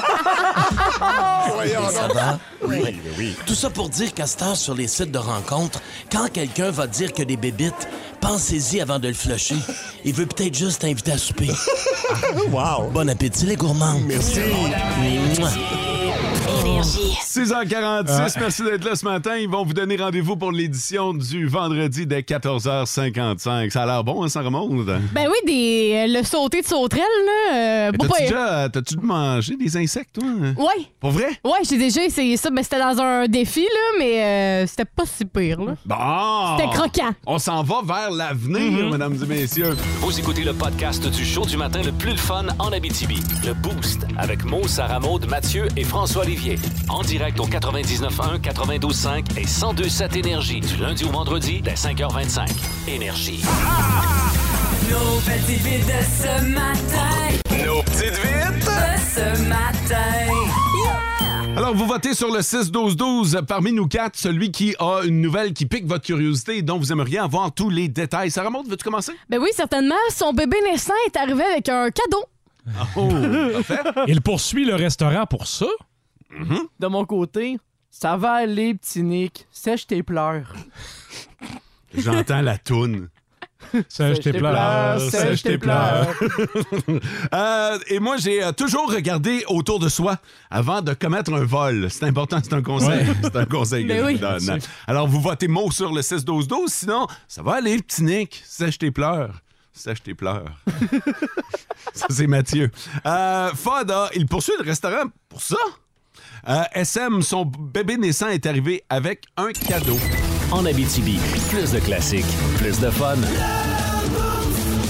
Voyons Ça donc. va? Oui, ben oui. Tout ça pour dire qu'à cette heure, sur les sites de rencontres, quand quelqu'un va dire que des bébites, pensez-y avant de le flusher. Il veut peut-être juste t'inviter à souper. Wow. Bon appétit, les gourmands. Merci. Mouah. Énergie. six heures quarante-six, merci d'être là ce matin. Ils vont vous donner rendez-vous pour l'édition du vendredi dès quatorze heures cinquante-cinq. Ça a l'air bon, hein, ça remonte? Ben oui, des, le sauté de sauterelle, là. euh, Mais pas T'as-tu pire. déjà t'as-tu mangé des insectes, toi? Ouais. Pour vrai? Ouais, j'ai déjà essayé ça. Ben, c'était dans un défi, là, mais euh, c'était pas si pire, là. Bon! C'était croquant. On s'en va vers l'avenir, mesdames et messieurs. Vous écoutez le podcast du show du matin le plus le fun en Abitibi. Le Boost avec Mo, Sarah Maud, Mathieu et François Olivier. En direct au quatre-vingt-dix-neuf un, quatre-vingt-douze cinq et cent deux sept Énergie du lundi au vendredi dès cinq heures vingt-cinq. Énergie. Nos petites vites de ce matin. Nos petites vites De ce matin. Yeah! Alors, vous votez sur le six douze douze. Parmi nous quatre, celui qui a une nouvelle qui pique votre curiosité et dont vous aimeriez avoir tous les détails. Sarah Maud, veux-tu commencer? Ben oui, certainement. Son bébé naissant est arrivé avec un cadeau. Oh, parfait. Il poursuit le restaurant pour ça? Mm-hmm. De mon côté, ça va aller, petit Nick. Sèche tes pleurs. J'entends la toune. Sèche tes pleurs, sèche tes pleurs. Euh, et moi, j'ai euh, toujours regardé autour de soi avant de commettre un vol. C'est important, c'est un conseil. Ouais. C'est un conseil que Ben je oui. vous donne. Alors, vous votez mot sur le six douze douze. Sinon, ça va aller, petit Nick. Sèche tes pleurs. Sèche tes pleurs. Ça, c'est Mathieu. Euh, Fada, il poursuit le restaurant pour ça. Euh, S M, son bébé naissant est arrivé avec un cadeau. En Abitibi, plus de classiques, plus de fun.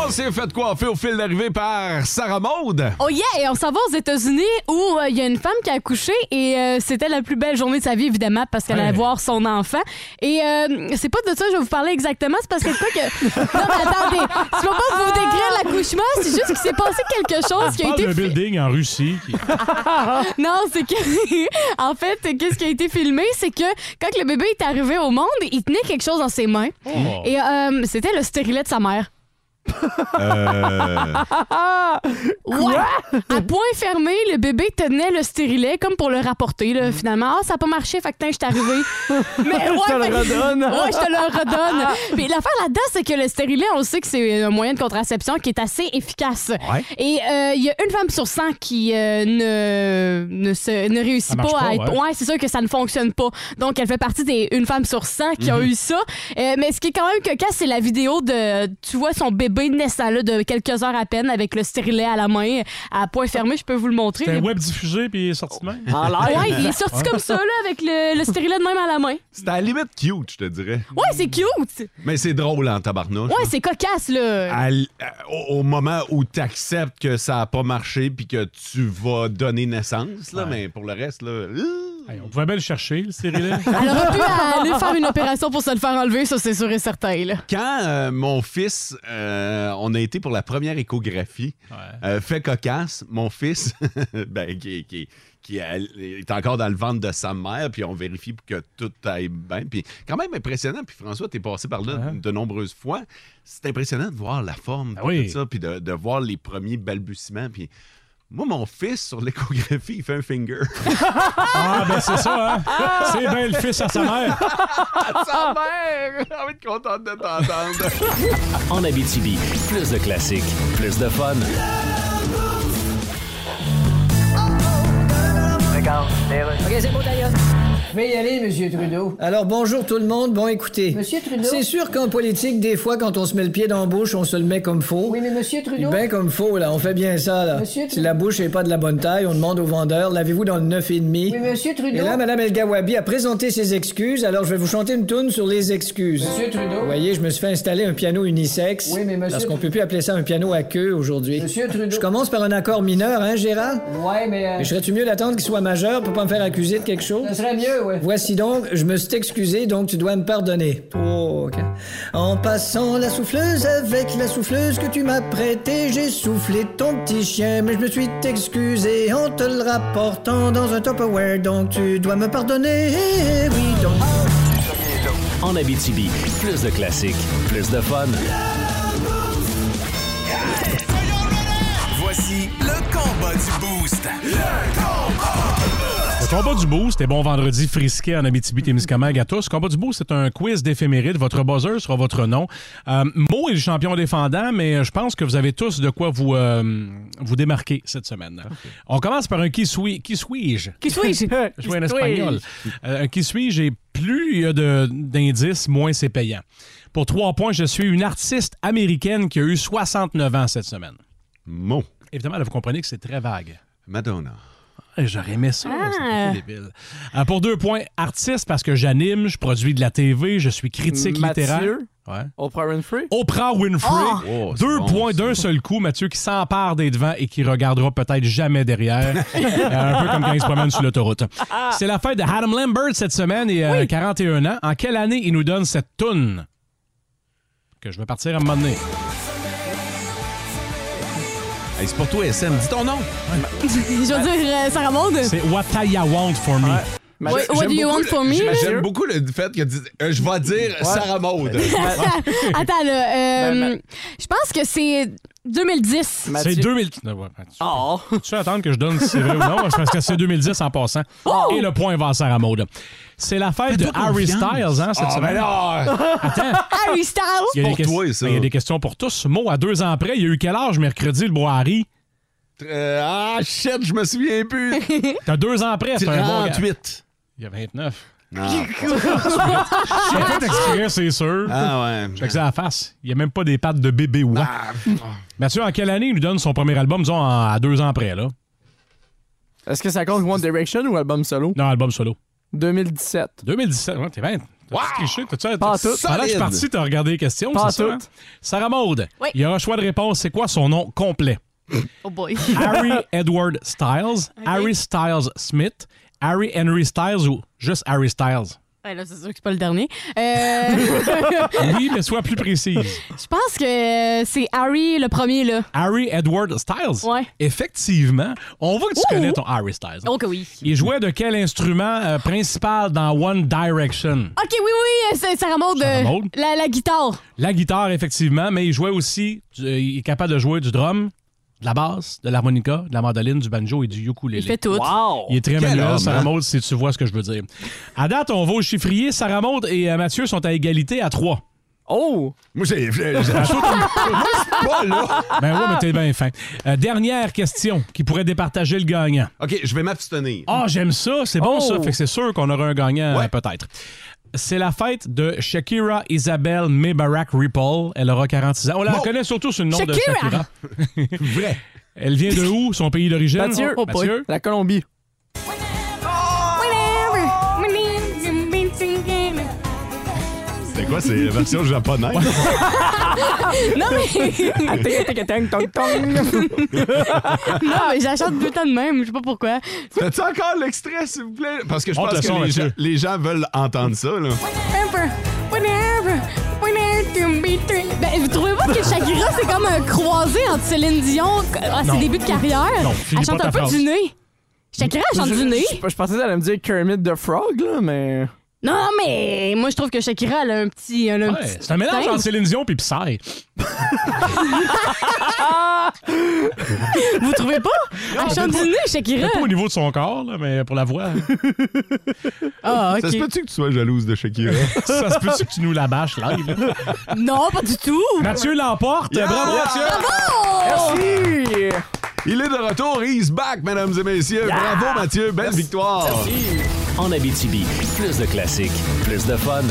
On s'est fait coiffer au fil d'arrivée par Sarah Maud. Oh yeah! Et on s'en va aux États-Unis où il euh, y a une femme qui a accouché et euh, c'était la plus belle journée de sa vie, évidemment, parce qu'elle Ouais. allait voir son enfant. Et euh, c'est pas de ça que je vais vous parler exactement, c'est parce que quoi que. Non, mais attendez, je peux pas vous décrire l'accouchement, c'est juste qu'il s'est passé quelque chose On qui a parle été. d'un fi- building en Russie. Qui... Non, c'est que. En fait, qu'est-ce qui a été filmé, c'est que quand le bébé est arrivé au monde, il tenait quelque chose dans ses mains. Oh. Et euh, c'était le stérilet de sa mère. Euh... Ouais. À point fermé, le bébé tenait le stérilet comme pour le rapporter. Là, finalement, ah, ça n'a pas marché, fait que tiens, je suis arrivé. Mais ouais, Je te le fait que- redonne. Ouais, je te le redonne. Puis l'affaire là-dedans, c'est que le stérilet, on sait que c'est un moyen de contraception qui est assez efficace. Ouais. Et euh, il y a une femme sur cent qui euh, ne, ne, se, ne réussit Ça marche pas à pas, être. ouais. Ouais, c'est sûr que ça ne fonctionne pas. Donc, elle fait partie des une femme sur cent qui a Mhm. eu ça. Euh, mais ce qui est quand même cocasse, c'est la vidéo de. Tu vois son bébé naissant là, de quelques heures à peine avec le stérilet à la main, à point fermé. Je peux vous le montrer. C'était Les- web diffusé puis il est sorti de même. En l'air. Ouais, il est sorti Ouais. comme ça, là, avec le, le stérilet de même à la main. C'était à la limite cute, je te dirais. Ouais, c'est cute. Mais c'est drôle en tabarnouche. Ouais, c'est cocasse, là. À l- à- au, au moment où tu acceptes que ça n'a pas marché puis que tu vas donner naissance, là, Ouais. mais pour le reste, là. euh, Hey, on pouvait bien le chercher, le stérilet. Elle aurait pu aller faire une opération pour se le faire enlever, ça, c'est sûr et certain, là. Quand euh, mon fils, euh, on a été pour la première échographie, euh, fait cocasse, mon fils, ben, qui, qui, qui est encore dans le ventre de sa mère, puis on vérifie pour que tout aille bien. Puis quand même impressionnant, puis François, t'es passé par là Ouais. de nombreuses fois. C'est impressionnant de voir la forme, Ah puis oui. tout ça, puis de, de voir les premiers balbutiements, puis... Moi, mon fils, sur l'échographie, il fait un finger. Ah, ben c'est ça, hein? C'est bien le fils à sa mère. Sa mère! On va être contente de t'entendre. En Abitibi, plus de classiques, plus de fun. OK, c'est bon, d'ailleurs. Je vais y aller, Monsieur Trudeau. Alors, bonjour tout le monde. Bon, écoutez. Monsieur Trudeau? C'est sûr qu'en politique, des fois, quand on se met le pied dans la bouche, on se le met comme faux. Oui, mais Monsieur Trudeau? Ben comme faux, là. On fait bien ça, là. Monsieur Trudeau? Si la bouche n'est pas de la bonne taille, on demande au vendeur, l'avez-vous dans le neuf et demi? Oui, Monsieur Trudeau? Et là, Mme El Gawabi a présenté ses excuses, alors je vais vous chanter une toune sur les excuses. Monsieur Trudeau? Vous voyez, je me suis fait installer un piano unisexe. Oui, mais monsieur- Parce qu'on peut plus appeler ça un piano à queue aujourd'hui. Monsieur Trudeau? Je commence par un accord mineur, hein, Gérard? Ouais, mais... euh, Mais serais-tu mieux d'attendre qu'il soit majeur pour pas me faire accuser de quelque chose? Ça serait mieux, ouais. Voici donc, je me suis excusé, donc tu dois me pardonner. Oh, ok. En passant la souffleuse avec la souffleuse que tu m'as prêtée, j'ai soufflé ton petit chien, mais je me suis excusé en te le rapportant dans un Tupperware, donc tu dois me pardonner. Oui, donc. En Abitibi, plus de classiques, plus de fun. Voici le combat du Boost. Le combat! Le combat du Boost, c'était bon vendredi frisqué en Abitibi-Témiscamingue à tous. Le combat du Boost, c'est un quiz d'éphéméride. Votre buzzer sera votre nom. Euh, Mo est le champion défendant, mais je pense que vous avez tous de quoi vous, euh, vous démarquer cette semaine. Okay. On commence par un qui suis Qui suis-je? Qui suis-je? Je joue en espagnol. Euh, un qui suis-je et plus il y a de- d'indices, moins c'est payant. Pour trois points, je suis une artiste américaine qui a eu soixante-neuf ans cette semaine. Mo. Évidemment, là, vous comprenez que c'est très vague. Madonna. J'aurais aimé ça, Ah. c'est débile. Euh, pour deux points, artiste parce que j'anime, je produis de la T V, je suis critique Mathieu? littéraire. Ouais. Oprah Winfrey? Oprah Winfrey. Ah! Oh, c'est Deux bon, points ça. d'un seul coup, Mathieu qui s'empare des devants et qui regardera peut-être jamais derrière. Euh, un peu comme quand il se promène sur l'autoroute. C'est la fête de Adam Lambert cette semaine et euh, quarante et un ans. En quelle année il nous donne cette toune? Que je vais partir à un moment donné. Hey, c'est pour toi, S M. Dis ton nom. Je veux dire, euh, Sarah Maud? C'est What I Want For Me. What, what do you want for me? J'aime là? beaucoup le fait que tu- euh, je vais dire Sarah Maud. Attends, là. euh, Je pense que c'est deux mille dix. Mathieu. C'est deux mille... Non, ouais, tu- Oh! Tu veux attendre que je donne si c'est vrai ou non? C'est parce que c'est deux mille dix en passant. Et le point va à Sarah Maud. C'est la fête de Fais-toi Harry confiance. Styles, hein, cette Ah, semaine. ben là! Attends. Harry Styles? Il y a pour des toi, ques- ça. ben, il y a des questions pour tous. Mo, à deux ans près, il y a eu quel âge mercredi, le bois Harry? Euh, ah, shit, je me souviens plus. T'as deux ans près, c'est un bon gars. trente-huit. Il y a vingt-neuf. Ah, J'ai fait exprès, c'est sûr. ah ouais. Je fais que ça à la face. Il n'y a même pas des pattes de bébé ou Ah, Mathieu, en quelle année il nous donne son premier album, disons, en- à deux ans près, là? Est-ce que ça compte One Direction ou album solo? Non, album solo. deux mille dix-sept. deux mille dix-sept, ouais, t'es vingt. T'as-tu triché? T'as-tu... Pas en tout. Pendant que je suis parti, t'as regardé les questions, Pas c'est en ça? Hein? tout. Sarah Maud, Oui. il y a un choix de réponse. C'est quoi son nom complet? Oh boy. Harry Edward Styles, Harry Styles Smith, Harry Henry Styles ou juste Harry Styles? Ouais, là, c'est sûr que c'est pas le dernier. Euh... Oui, mais sois plus précise. Je pense que c'est Harry le premier, là. Harry Edward Styles? Ouais. Effectivement. On voit que tu Ouh. connais ton Harry Styles. Oh que oui. Il jouait de quel instrument euh, principal dans One Direction? OK, oui, oui, c'est Sarah Maud. Sarah euh, Maud. La, la guitare. La guitare, effectivement, mais il jouait aussi, du- euh, il est capable de jouer du drum, de la basse, de l'harmonica, de la mandoline, du banjo et du ukulélé. Il fait tout. Wow! Il est très Quel manuel, homme, Sarah hein? Maud, si tu vois ce que je veux dire. À date, on va au chiffrier. Sarah Maud et euh, Mathieu sont à égalité à trois. Oh! Moi, j'ai. j'ai- j'ai- Moi, c'est pas là. Ben oui, mais t'es bien fin. Euh, dernière question qui pourrait départager le gagnant. OK, je vais m'abstenir. Ah, j'aime ça. C'est bon, Oh. ça. Fait que c'est sûr qu'on aura un gagnant, Ouais. euh, peut-être. C'est la fête de Shakira Isabelle Mebarak Ripoll. Elle aura quarante-six ans. On la Bon. connaît surtout sous le nom Shakira. de Shakira. Vrai. Elle vient de où, son pays d'origine? Mathieu, Oh, Mathieu? la Colombie. C'est quoi, c'est la version japonaise? Non, mais. Ah, ting, ting, ting, tong, tong. non, mais j'achète tout le temps de même. Je sais pas pourquoi. Faites-tu encore l'extrait, s'il vous plaît? Parce que je Montre pense le que son, les gens, Mathieu. les gens veulent entendre ça, là. Ben, vous trouvez pas que Shakira, c'est comme un croisé entre Céline Dion à ses Non. débuts de carrière? Non, finis Elle chante pas un ta peu phrase. du nez. Shakira, elle chante Je- du nez. Je, je pensais qu'elle allait me dire Kermit the Frog, là, mais. Non, mais moi, je trouve que Shakira, elle a un petit. Elle a un Ouais, petit c'est un mélange teint. entre Céline Dion et Psy. Vous trouvez pas? Elle chante du nez, Shakira. Pas au niveau de son corps, là, mais pour la voix. Ah, Ça se OK. peut-tu que tu sois jalouse de Shakira? Ça se peut-tu que tu nous la bâches live? là? Non, pas du tout. Mathieu l'emporte. Bravo, Mathieu. Merci! Il est de retour, he's back, mesdames et messieurs. Bravo, Mathieu, belle victoire. En Abitibi, plus de classiques, plus de fun.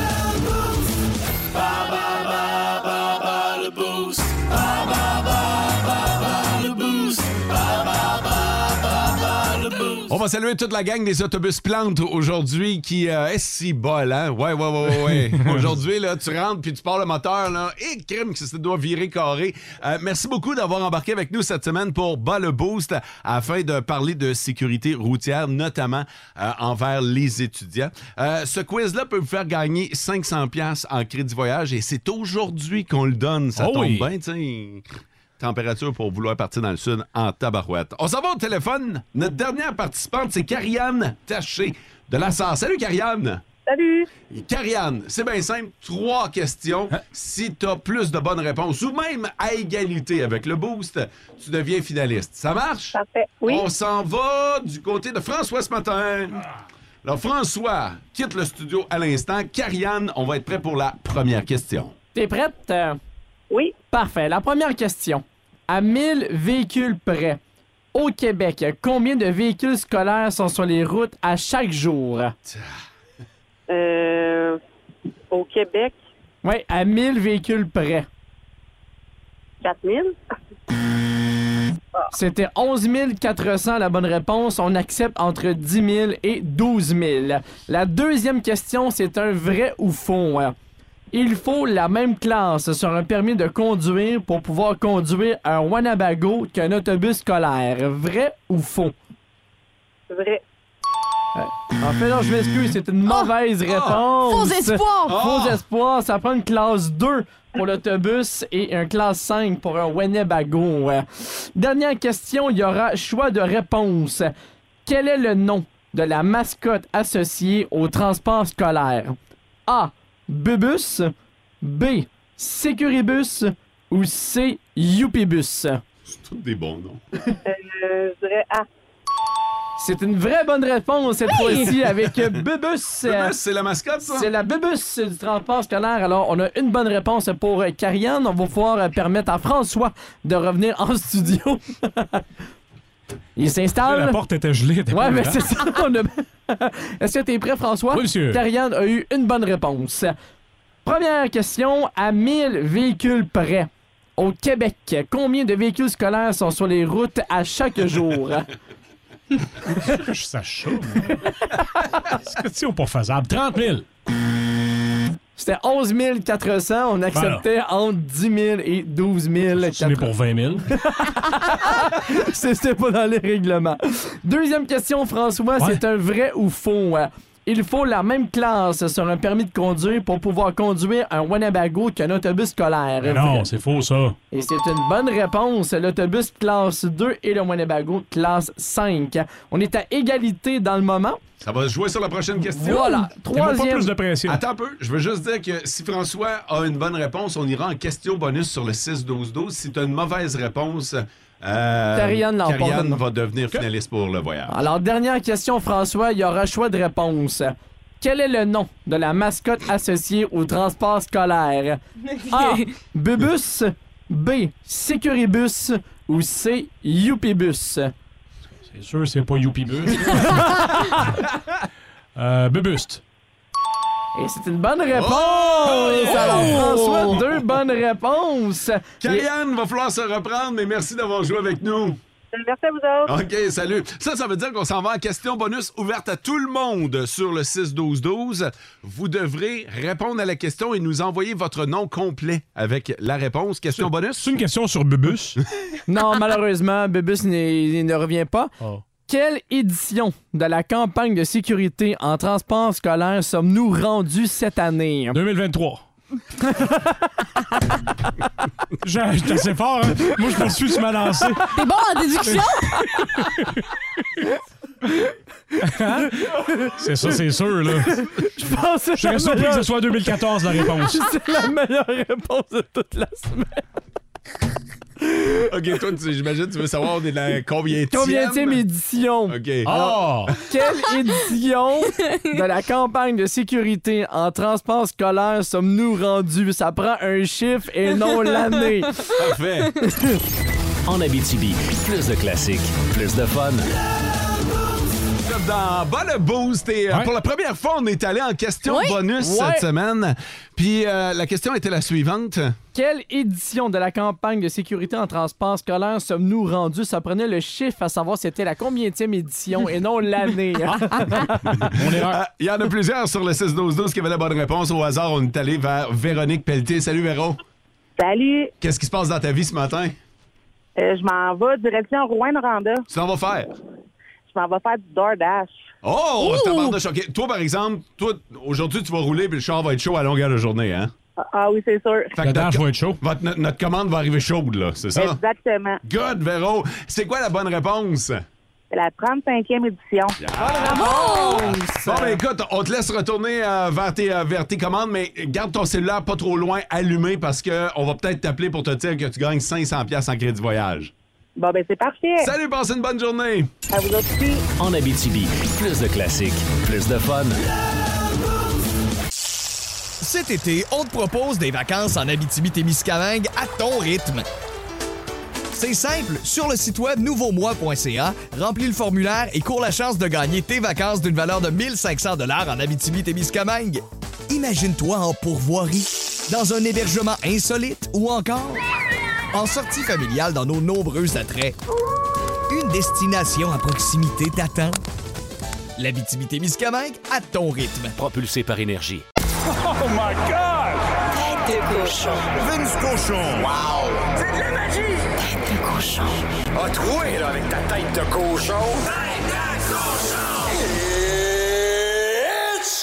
On va saluer toute la gang des autobus plantes aujourd'hui qui euh, est si bol, hein? Ouais, ouais, ouais, ouais. ouais. Aujourd'hui, là, tu rentres puis tu pars le moteur, là, et crime que ça doit virer carré. Euh, merci beaucoup d'avoir embarqué avec nous cette semaine pour Bas le Boost afin de parler de sécurité routière, notamment euh, envers les étudiants. Euh, ce quiz-là peut vous faire gagner cinq cents dollars en crédit voyage et c'est aujourd'hui qu'on le donne. Ça Oh tombe oui. bien, tu sais. Température pour vouloir partir dans le sud en tabarouette. On s'en va au téléphone. Notre dernière participante, c'est Karianne Taché de la Sarre. Salut, Karianne. Salut. Karianne, c'est bien simple. Trois questions. Si tu as plus de bonnes réponses ou même à égalité avec le boost, tu deviens finaliste. Ça marche? Parfait. Oui. On s'en va du côté de François ce matin. Alors, François quitte le studio à l'instant. Karianne, on va être prêt pour la première question. T'es prête? Euh, Oui. Parfait. La première question. À mille véhicules près, au Québec, combien de véhicules scolaires sont sur les routes à chaque jour? Euh, au Québec, Oui, à mille véhicules près. quatre mille. C'était onze mille quatre cents la bonne réponse. On accepte entre dix mille et douze mille. La deuxième question, c'est un vrai ou faux. Il faut la même classe sur un permis de conduire pour pouvoir conduire un Winnebago qu'un autobus scolaire. Vrai ou faux? Vrai. En fait, non, je m'excuse, c'est une mauvaise réponse. Faux espoir. Faux espoir, ça prend une classe deux pour l'autobus et un classe cinq pour un Winnebago. Dernière question, il y aura choix de réponse. Quel est le nom de la mascotte associée au transport scolaire? A. Bubus. B. Sécuribus. Ou C. Youpibus. C'est tous des bons noms. Euh, je dirais A. C'est une vraie bonne réponse cette fois-ci avec Bubus. Bubus, c'est la mascotte, ça? C'est la Bubus du transport scolaire. Alors, on a une bonne réponse pour euh, Karianne. On va pouvoir euh, permettre à François de revenir en studio. Il s'installe. La porte était gelée. elle était Ouais, pas mais ouverte. c'est ça. on a- Est-ce que t'es prêt, François? Oui, monsieur. Karianne a eu une bonne réponse. Première question, à mille véhicules près. Au Québec, combien de véhicules scolaires sont sur les routes à chaque jour? Je sache ça. moi. C'est question pas faisable. trente mille. C'était onze mille quatre cents. On acceptait entre dix mille et douze mille. C'est pour vingt mille. C'était pas dans les règlements. Deuxième question, François. Ouais. C'est un vrai ou faux? Il faut la même classe sur un permis de conduire pour pouvoir conduire un Winnebago qu'un autobus scolaire. Mais non, c'est faux, ça. Et c'est une bonne réponse. L'autobus classe deux et le Winnebago classe cinq. On est à égalité dans le moment. Ça va se jouer sur la prochaine question. Voilà. Troisième. Pas plus de pression. Attends un peu. Je veux juste dire que si François a une bonne réponse, on ira en question bonus sur le six douze douze. Si tu as une mauvaise réponse, euh, Karianne Karianne va devenir finaliste pour le voyage. Alors, dernière question, François. Il y aura choix de réponse. Quel est le nom de la mascotte associée au transport scolaire? A. Bubus. B. Sécuribus. Ou C. Youpibus. C'est sûr, c'est pas Youpibus. euh, Bubuste. Et c'est une bonne réponse! Oh! Alors, François, deux bonnes réponses! Karianne, va falloir se reprendre, mais merci d'avoir joué avec nous. Merci à vous autres. OK, salut. Ça, ça veut dire qu'on s'en va en question bonus ouverte à tout le monde sur le six douze douze. Vous devrez répondre à la question et nous envoyer votre nom complet avec la réponse. Question c'est, bonus? C'est une question sur Bubus? Non, malheureusement, Bubus il ne revient pas. Oh. Quelle édition de la campagne de sécurité en transport scolaire sommes-nous rendus cette année? deux mille vingt-trois. J'ai J'étais assez fort, hein? Moi, je poursuis sur ma lancée. T'es bon en déduction? Hein? C'est ça, c'est sûr, là. Je pense que je serais surpris meilleure... que ce soit deux mille quatorze, la réponse. C'est la meilleure réponse de toute la semaine. OK, toi, tu, j'imagine que tu veux savoir on est dans la combienième? Combienième édition. OK. Alors, oh! Quelle édition de la campagne de sécurité en transport scolaire sommes-nous rendus? Ça prend un chiffre et non l'année. Parfait. En Abitibi, plus de classiques, plus de fun. Dans Bonne Boost et euh, ouais. pour la première fois, on est allé en question oui. bonus ouais. cette semaine. Puis euh, la question était la suivante. Quelle édition de la campagne de sécurité en transport scolaire sommes-nous rendus? Ça prenait le chiffre à savoir c'était la combienième édition et non l'année. Il euh, y en a plusieurs sur le six douze douze qui avaient la bonne réponse. Au hasard, on est allé vers Véronique Pelletier. Salut Véro. Salut. Qu'est-ce qui se passe dans ta vie ce matin? Euh, je m'en vais direction Rouen-Noranda. Tu t'en vas faire? Je m'en vais faire du DoorDash. Oh! Tabarnouche, OK. Toi, par exemple, toi, aujourd'hui, tu vas rouler puis le char va être chaud à longueur de journée, hein? Ah, ah oui, c'est sûr. Fait que le dash va être chaud. Votre, notre, notre commande va arriver chaude, là, c'est ça? Exactement. Good, Véro. C'est quoi la bonne réponse? C'est la trente-cinquième édition. Yeah. Bravo! Bon, ben écoute, on te laisse retourner euh, vers, tes, euh, vers tes commandes, mais garde ton cellulaire pas trop loin, allumé, parce qu'on va peut-être t'appeler pour te dire que tu gagnes cinq cents dollars en crédit voyage. Bon, ben c'est parfait. Salut, passez une bonne journée. À vous aussi. En Abitibi, plus de classiques, plus de fun. Cet été, on te propose des vacances en Abitibi-Témiscamingue à ton rythme. C'est simple, sur le site web nouveau moi point c a, remplis le formulaire et cours la chance de gagner tes vacances d'une valeur de mille cinq cents dollars en Abitibi-Témiscamingue. Imagine-toi en pourvoirie, dans un hébergement insolite ou encore en sortie familiale dans nos nombreux attraits. Une destination à proximité t'attend. L'Abitibi-Témiscamingue à ton rythme. Propulsé par Énergie. Oh my God! Tête de cochon. Vince Cochon. Wow! C'est de la magie! Tête de cochon. A troué, là, avec ta tête de cochon. Tête de cochon! It's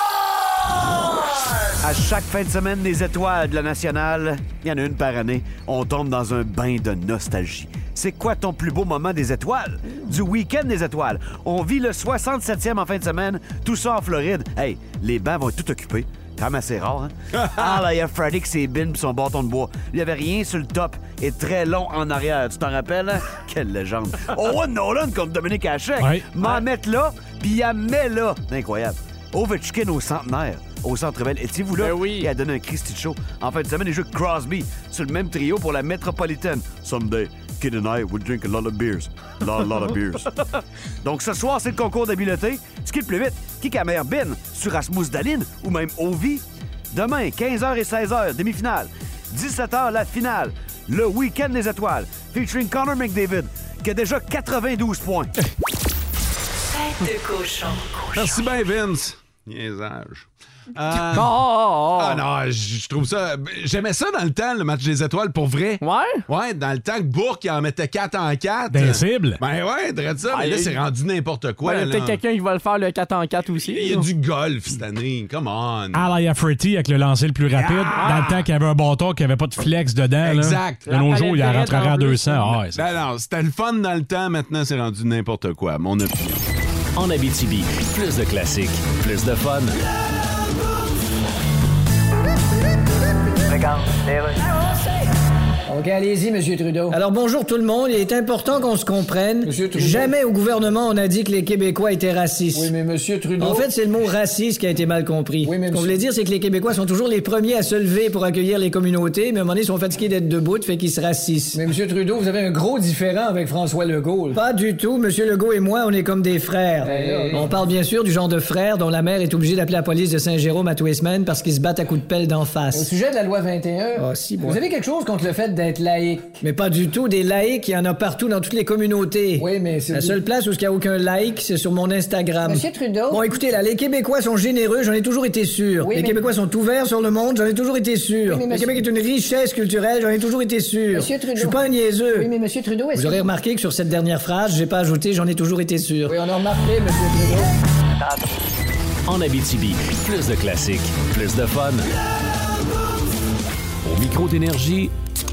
time! À chaque fin de semaine des étoiles de la nationale, il y en a une par année, on tombe dans un bain de nostalgie. C'est quoi ton plus beau moment des étoiles? Du week-end des étoiles. On vit le soixante-septième en fin de semaine, tout ça en Floride. Hey, les bancs vont être tout occupés. Quand même assez rare, hein? Ah là, il y a Freddy avec ses bines pis son bâton de bois. Il y avait rien sur le top et très long en arrière. Tu t'en rappelles, hein? Quelle légende. Owen Nolan contre Dominique Hachek. Ouais. M'en ouais. mettre là, pis il la met là. Incroyable. Ovechkin au centenaire. Au Centre Bell. Étiez-vous là? Ben oui. Il a donné un Christy de show. En fin de semaine, il joue Crosby sur le même trio pour la métropolitaine. Someday, Kid and I will drink a lot of beers. A lot, lot of beers. Donc ce soir, c'est le concours d'habileté. Ce qui est le plus vite, qui a la meilleure bine? Sur Rasmus Dahlin ou même Ovi? Demain, quinze heures et seize heures, demi-finale. dix-sept heures, la finale. Le week-end des étoiles, featuring Connor McDavid, qui a déjà quatre-vingt-douze points. Tête de cochon. Merci bien, Vince. Niaisage. Euh... Oh, oh, oh. Ah non, je je trouve ça... J'aimais ça dans le temps, le match des étoiles, pour vrai. Ouais? Ouais, dans le temps que Bourque, il en mettait quatre en quatre. D'incible. Ben ouais, dirais ça. Ah, mais là, il- c'est rendu n'importe quoi. Il y a là. peut-être quelqu'un qui va le faire le quatre en quatre aussi. Il y a du golf cette année. Come on. Al Iafreti avec le lancer le plus rapide. Ah! Dans le temps qu'il y avait un bâton, qu'il n'y avait pas de flex dedans. Exact. Là. De nos jours, il en rentrerait à deux cents. Ah, ouais, c'est- Ben non, c'était le fun dans le temps. Maintenant, c'est rendu n'importe quoi. Mon opinion. En Abitibi, plus de classiques, plus de fun. Regarde, les rues. OK, allez-y, M. Trudeau. Alors, bonjour tout le monde. Il est important qu'on se comprenne. Jamais au gouvernement, on a dit que les Québécois étaient racistes. Oui, mais M. Trudeau... En fait, c'est le mot raciste qui a été mal compris. Oui, mais Ce qu'on monsieur- voulait dire, c'est que les Québécois sont toujours les premiers à se lever pour accueillir les communautés, mais à un moment donné, ils sont fatigués d'être debout, fait qu'ils se racissent. Mais M. Trudeau, vous avez un gros différent avec François Legault. là. Pas du tout. Monsieur Legault et moi, on est comme des frères. Ben là, On parle bien sûr du genre de frères dont la mère est obligée d'appeler la police de Saint-Jérôme à tous les semaines parce qu'ils se battent à coups de pelle d'en Au face. sujet de la loi vingt et un, Ah, si, bon. vous avez quelque chose contre le fait d'être laïque? Mais pas du tout. Des laïcs, il y en a partout dans toutes les communautés. Oui, mais c'est... La seule place où il n'y a aucun like, c'est sur mon Instagram. Monsieur Trudeau... Bon, écoutez, là, les Québécois sont généreux, j'en ai toujours été sûr. Oui, les mais- Québécois sont ouverts sur le monde, j'en ai toujours été sûr. Oui, mais Le monsieur- Québec est une richesse culturelle, j'en ai toujours été sûr. Monsieur Trudeau... Je suis pas un niaiseux. Oui, mais M. Trudeau, est-ce Vous aurez que... remarqué que sur cette dernière phrase, j'ai pas ajouté, j'en ai toujours été sûr. Oui, on a remarqué, M. Trudeau. En Abitibi, plus de classiques, plus de fun. Au micro d'énergie,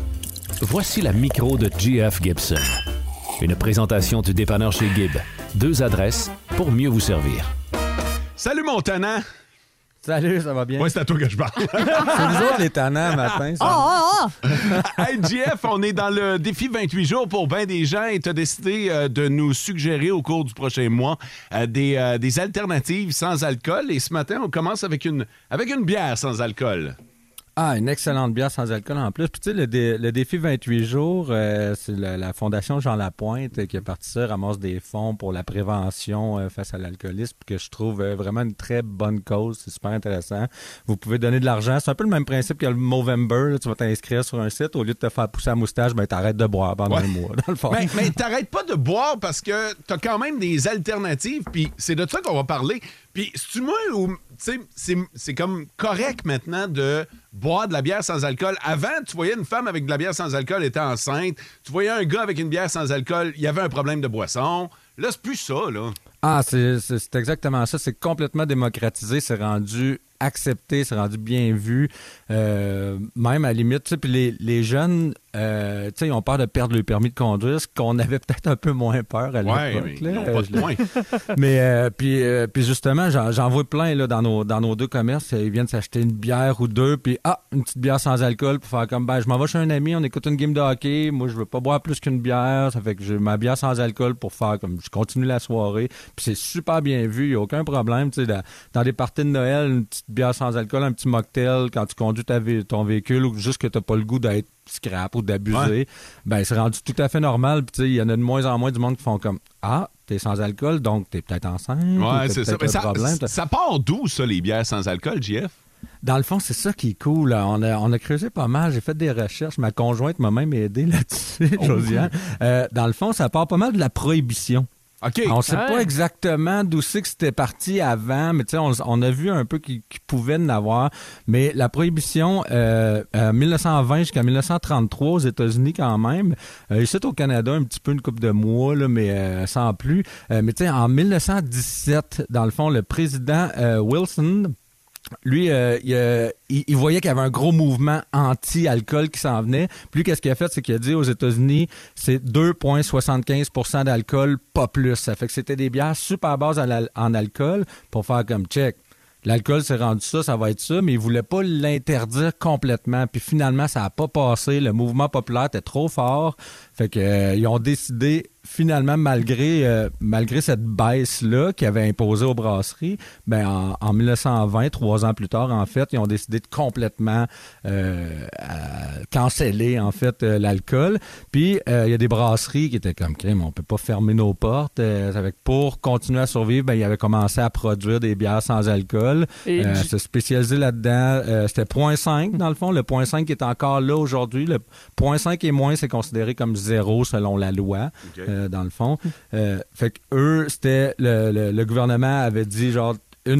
voici la micro de G F Gibson. Une présentation du dépanneur chez Gibb. Deux adresses pour mieux vous servir. Salut, mon tannant. Salut, ça va bien? Ouais, c'est à toi que je parle. C'est nous autres, les tannants, matin. Ça. Oh, oh, oh! Hey, G F, on est dans le défi vingt-huit jours pour bien des gens et tu as décidé euh, de nous suggérer au cours du prochain mois euh, des, euh, des alternatives sans alcool. Et ce matin, on commence avec une, avec une bière sans alcool. Ah, une excellente bière sans alcool en plus. Puis tu sais, le, dé- le défi vingt-huit jours, euh, c'est la, la Fondation Jean Lapointe euh, qui a parti ça, ramasse des fonds pour la prévention euh, face à l'alcoolisme, que je trouve euh, vraiment une très bonne cause. C'est super intéressant. Vous pouvez donner de l'argent. C'est un peu le même principe que le Movember. Là. Tu vas t'inscrire sur un site. Au lieu de te faire pousser la moustache, ben t'arrêtes de boire pendant Ouais. un mois, dans le fond. Mais, mais t'arrêtes pas de boire parce que t'as quand même des alternatives, puis c'est de ça qu'on va parler. Puis, c'est-tu moi ou, tu sais, c'est, c'est comme correct maintenant de boire de la bière sans alcool. Avant, tu voyais une femme avec de la bière sans alcool, elle était enceinte. Tu voyais un gars avec une bière sans alcool, il y avait un problème de boisson. Là, c'est plus ça, là. Ah, c'est, c'est, c'est exactement ça. C'est complètement démocratisé. C'est rendu accepté, c'est rendu bien vu. Euh, même à la limite, tu sais, puis les, les jeunes, euh, tu sais, ils ont peur de perdre le permis de conduire, ce qu'on avait peut-être un peu moins peur à Ouais, l'époque. mais ils là. n'ont pas Euh, de je l'ai- point. mais euh, puis, euh, puis justement, j'en, j'en vois plein là, dans, nos, dans nos deux commerces. Ils viennent s'acheter une bière ou deux, puis ah, une petite bière sans alcool pour faire comme, ben, je m'en vais chez un ami, on écoute une game de hockey. Moi, je veux pas boire plus qu'une bière. Ça fait que j'ai ma bière sans alcool pour faire comme, je continue la soirée. Puis c'est super bien vu, il n'y a aucun problème. Tu sais, dans, dans des parties de Noël, une petite bière sans alcool, un petit mocktail quand tu conduis ta vé- ton véhicule ou juste que tu n'as pas le goût d'être scrap ou d'abuser, Ouais. ben c'est rendu tout à fait normal. Puis tu sais, il y en a de moins en moins du monde qui font comme, ah, t'es sans alcool, donc t'es peut-être enceinte. ou Ouais, t'as c'est ça. peut-être Mais un ça, problème. ça part d'où, ça, les bières sans alcool, J F? Dans le fond, c'est ça qui est cool. là. On a, on a creusé pas mal. J'ai fait des recherches. Ma conjointe m'a même aidé là-dessus, Oh. Josiane. Euh, dans le fond, ça part pas mal de la prohibition. OK. On ne sait Ouais. pas exactement d'où c'est que c'était parti avant, mais tu sais, on, on a vu un peu qu'il qu'il pouvait en avoir. Mais la prohibition, euh, euh, mille neuf cent vingt jusqu'à mille neuf cent trente-trois aux États-Unis quand même. Euh, ici au Canada, un petit peu une couple de mois, là, mais euh, sans plus. Euh, mais tu sais, en mille neuf cent dix-sept, dans le fond, le président euh, Wilson, lui, euh, il, euh, il, il voyait qu'il y avait un gros mouvement anti-alcool qui s'en venait. Puis lui, qu'est-ce qu'il a fait? C'est qu'il a dit aux États-Unis, c'est deux virgule soixante-quinze pour cent d'alcool, pas plus. Ça fait que c'était des bières super basses en, al- en alcool pour faire comme check. L'alcool, c'est rendu ça, ça va être ça, mais il voulait pas l'interdire complètement. Puis finalement, ça n'a pas passé. Le mouvement populaire était trop fort. Fait que euh, ils ont décidé, finalement, malgré, euh, malgré cette baisse-là qu'ils avaient imposée aux brasseries, ben en, en mille neuf cent vingt, trois ans plus tard, en fait, ils ont décidé de complètement euh, euh, canceller, en fait, euh, l'alcool. Puis euh, il y a des brasseries qui étaient comme, crème, on peut pas fermer nos portes. Euh, ça fait que pour continuer à survivre, ben ils avaient commencé à produire des bières sans alcool. Et Euh, J- se spécialiser là-dedans. Euh, c'était point cinq, dans le fond. Le point cinq qui est encore là aujourd'hui. Le point cinq et moins, c'est considéré comme zéro selon la loi, OK. euh, dans le fond. Euh, fait que eux, c'était... Le, le, le gouvernement avait dit, genre, une... Tu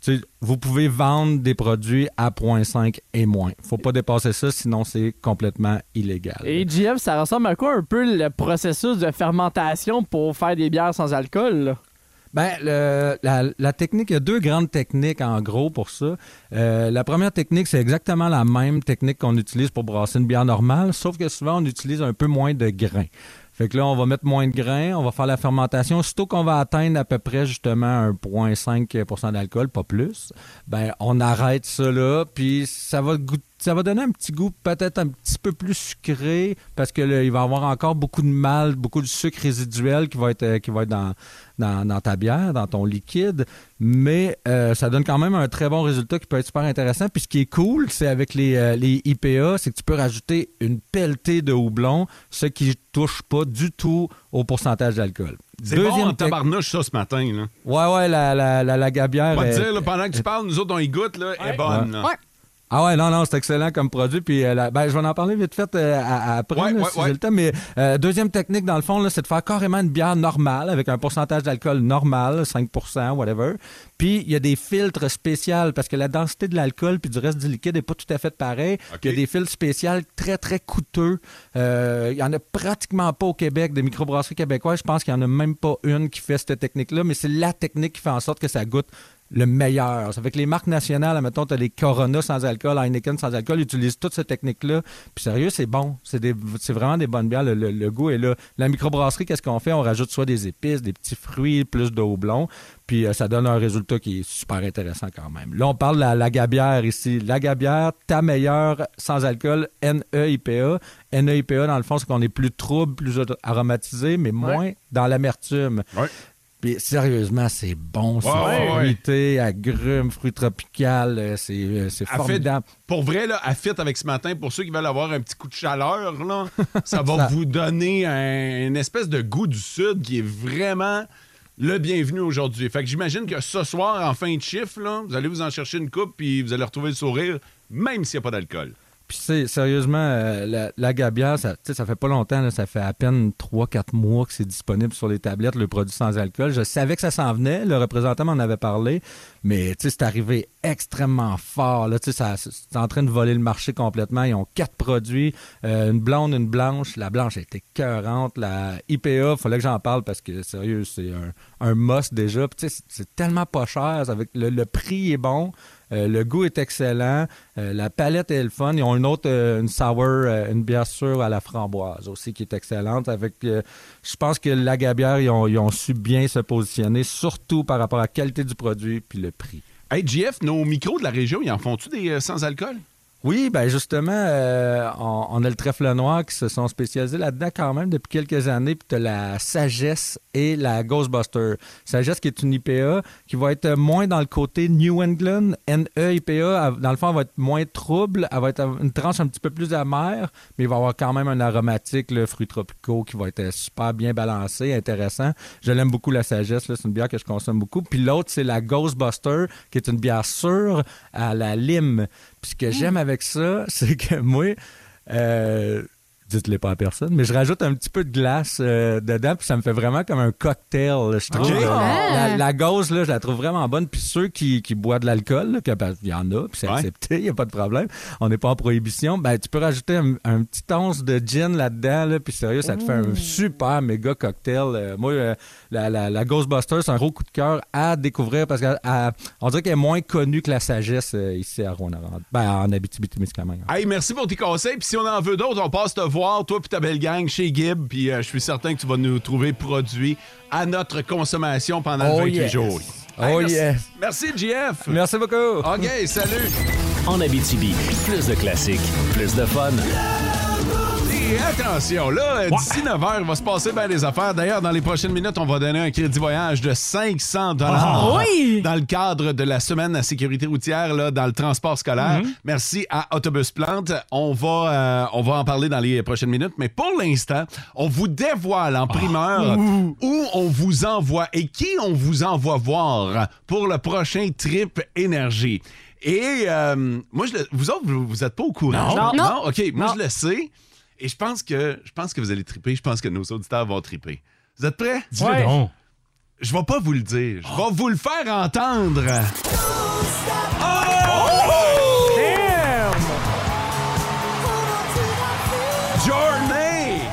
tu sais, vous pouvez vendre des produits à zéro virgule cinq et moins. Faut pas dépasser ça, sinon c'est complètement illégal. Et J F, ça ressemble à quoi un peu le processus de fermentation pour faire des bières sans alcool, là? Ben, le, la, la technique, il y a deux grandes techniques en gros pour ça. Euh, la première technique, c'est exactement la même technique qu'on utilise pour brasser une bière normale, sauf que souvent, on utilise un peu moins de grains. Fait que là, on va mettre moins de grains, on va faire la fermentation. Aussitôt qu'on va atteindre à peu près justement un zéro virgule cinq pour cent d'alcool, pas plus, ben on arrête ça là, puis ça va goûter. Ça va donner un petit goût peut-être un petit peu plus sucré parce que là, il va y avoir encore beaucoup de malt, beaucoup de sucre résiduel qui va être, qui va être dans, dans, dans ta bière, dans ton liquide. Mais euh, ça donne quand même un très bon résultat qui peut être super intéressant. Puis ce qui est cool, c'est avec les, euh, les I P A, c'est que tu peux rajouter une pelletée de houblon, ce qui ne touche pas du tout au pourcentage d'alcool. C'est bon en tabarnouche, ça, ce matin. Là. Ouais, ouais, la, la, la, la gabière... On va te est, dire, là, pendant que tu parles, nous autres, on y goûte, là, elle est bonne. Ouais. Là. Ouais. Ah ouais, non, non, c'est excellent comme produit. Puis euh, la, ben, je vais en parler vite fait euh, à, à après, ouais, là, ouais, si ouais. j'ai le temps. Mais euh, deuxième technique, dans le fond, là, c'est de faire carrément une bière normale avec un pourcentage d'alcool normal, cinq pour cent, whatever. Puis il y a des filtres spéciaux parce que la densité de l'alcool puis du reste du liquide n'est pas tout à fait pareil. Il okay. y a des filtres spéciaux très, très coûteux. Euh, il y en a pratiquement pas au Québec, des microbrasseries québécoises. Je pense qu'il n'y en a même pas une qui fait cette technique-là, mais c'est la technique qui fait en sorte que ça goûte le meilleur. Ça fait que les marques nationales, mettons, tu as les Corona sans alcool, Heineken sans alcool, utilisent toute cette technique-là. Puis sérieux, c'est bon. C'est, des, c'est vraiment des bonnes bières. Le, le, le goût est là. La microbrasserie, qu'est-ce qu'on fait? On rajoute soit des épices, des petits fruits, plus de houblon. Puis euh, ça donne un résultat qui est super intéressant quand même. Là, on parle de la, la gabière ici. La gabière, ta meilleure sans alcool, N E I P A. N E I P A, dans le fond, c'est qu'on est plus trouble, plus aromatisé, mais moins ouais. dans l'amertume. Ouais. Puis sérieusement, c'est bon. C'est ouais, fruité, ouais. agrumes, fruits tropicales. C'est, c'est formidable. Fait, pour vrai, là, à fit avec ce matin, pour ceux qui veulent avoir un petit coup de chaleur, là, ça va ça... vous donner un, une espèce de goût du Sud qui est vraiment le bienvenu aujourd'hui. Fait que j'imagine que ce soir, en fin de chiffre, là, vous allez vous en chercher une coupe puis vous allez retrouver le sourire, même s'il n'y a pas d'alcool. Puis c'est sérieusement, euh, la, la gabière, ça, ça fait pas longtemps, là, ça fait à peine trois quatre mois que c'est disponible sur les tablettes, le produit sans alcool. Je savais que ça s'en venait, le représentant m'en avait parlé, mais c'est arrivé extrêmement fort. Là, ça, c'est en train de voler le marché complètement. Ils ont quatre produits, euh, une blonde, une blanche. La blanche était écœurante. La I P A, il fallait que j'en parle parce que, sérieux, c'est un, un must déjà. Puis, c'est, c'est tellement pas cher. Avec le, le prix est bon. Euh, le goût est excellent. Euh, la palette est le fun. Ils ont une autre, euh, une sour, euh, une bière sûre à la framboise aussi qui est excellente. Avec, euh, je pense que la gabière, ils ont, ils ont su bien se positionner, surtout par rapport à la qualité du produit puis le prix. Hey, J F, nos micros de la région, ils en font-tu des euh, sans-alcool? Oui, bien justement, euh, on, on a le Trèfle Noir qui se sont spécialisés là-dedans quand même depuis quelques années. Puis tu as la Sagesse et la Ghostbuster. Sagesse qui est une I P A qui va être moins dans le côté New England. N E I P A, dans le fond, elle va être moins trouble. Elle va être une tranche un petit peu plus amère, mais il va avoir quand même un aromatique, le fruits tropicaux qui va être super bien balancé, intéressant. Je l'aime beaucoup, la Sagesse. Là, c'est une bière que je consomme beaucoup. Puis l'autre, c'est la Ghostbuster qui est une bière sûre à la lime. Puis ce que j'aime avec ça, c'est que moi, euh, dites-le pas à personne, mais je rajoute un petit peu de glace euh, dedans, puis ça me fait vraiment comme un cocktail, là, je trouve. Okay. Euh, la, la gauze, là, je la trouve vraiment bonne. Puis ceux qui, qui boivent de l'alcool, là, que, ben, il y en a, puis c'est ouais. accepté, il n'y a pas de problème. On n'est pas en prohibition. Ben, tu peux rajouter un, un petit once de gin là-dedans, là, puis sérieux, ça te fait un super méga cocktail. Euh, moi, euh, la, la, la Ghostbuster, c'est un gros coup de cœur à découvrir parce qu'on dirait qu'elle est moins connue que la Sagesse euh, ici à Rouyn-Noranda. Ben, en Abitibi-Témiscamingue. Hey, merci pour tes conseils. Puis si on en veut d'autres, on passe te voir, toi puis ta belle gang, chez Gibb. Puis euh, je suis certain que tu vas nous trouver produits à notre consommation pendant oh vingt-huit yes. jours. Hey, oh merci, yes. Merci, J F. Merci beaucoup. OK, salut. En Abitibi, plus de classiques, plus de fun. Et attention, là, d'ici neuf heures, il va se passer bien des affaires. D'ailleurs, dans les prochaines minutes, on va donner un crédit voyage de cinq cents dollars oh, oui. dans le cadre de la semaine à sécurité routière là, dans le transport scolaire. Mm-hmm. Merci à Autobus Plante. On va, euh, on va en parler dans les prochaines minutes. Mais pour l'instant, on vous dévoile en primeur oh. où on vous envoie et qui on vous envoie voir pour le prochain Trip Énergie. Et euh, moi, je le, vous autres, vous, vous êtes pas au courant? Non. Non? non. OK, moi, non. je le sais. Et je pense que je pense que vous allez triper. Je pense que nos auditeurs vont triper. Vous êtes prêts? Dis-le donc. Je vais pas vous le dire. Je vais vous le faire entendre. Oh! Damn! Journey!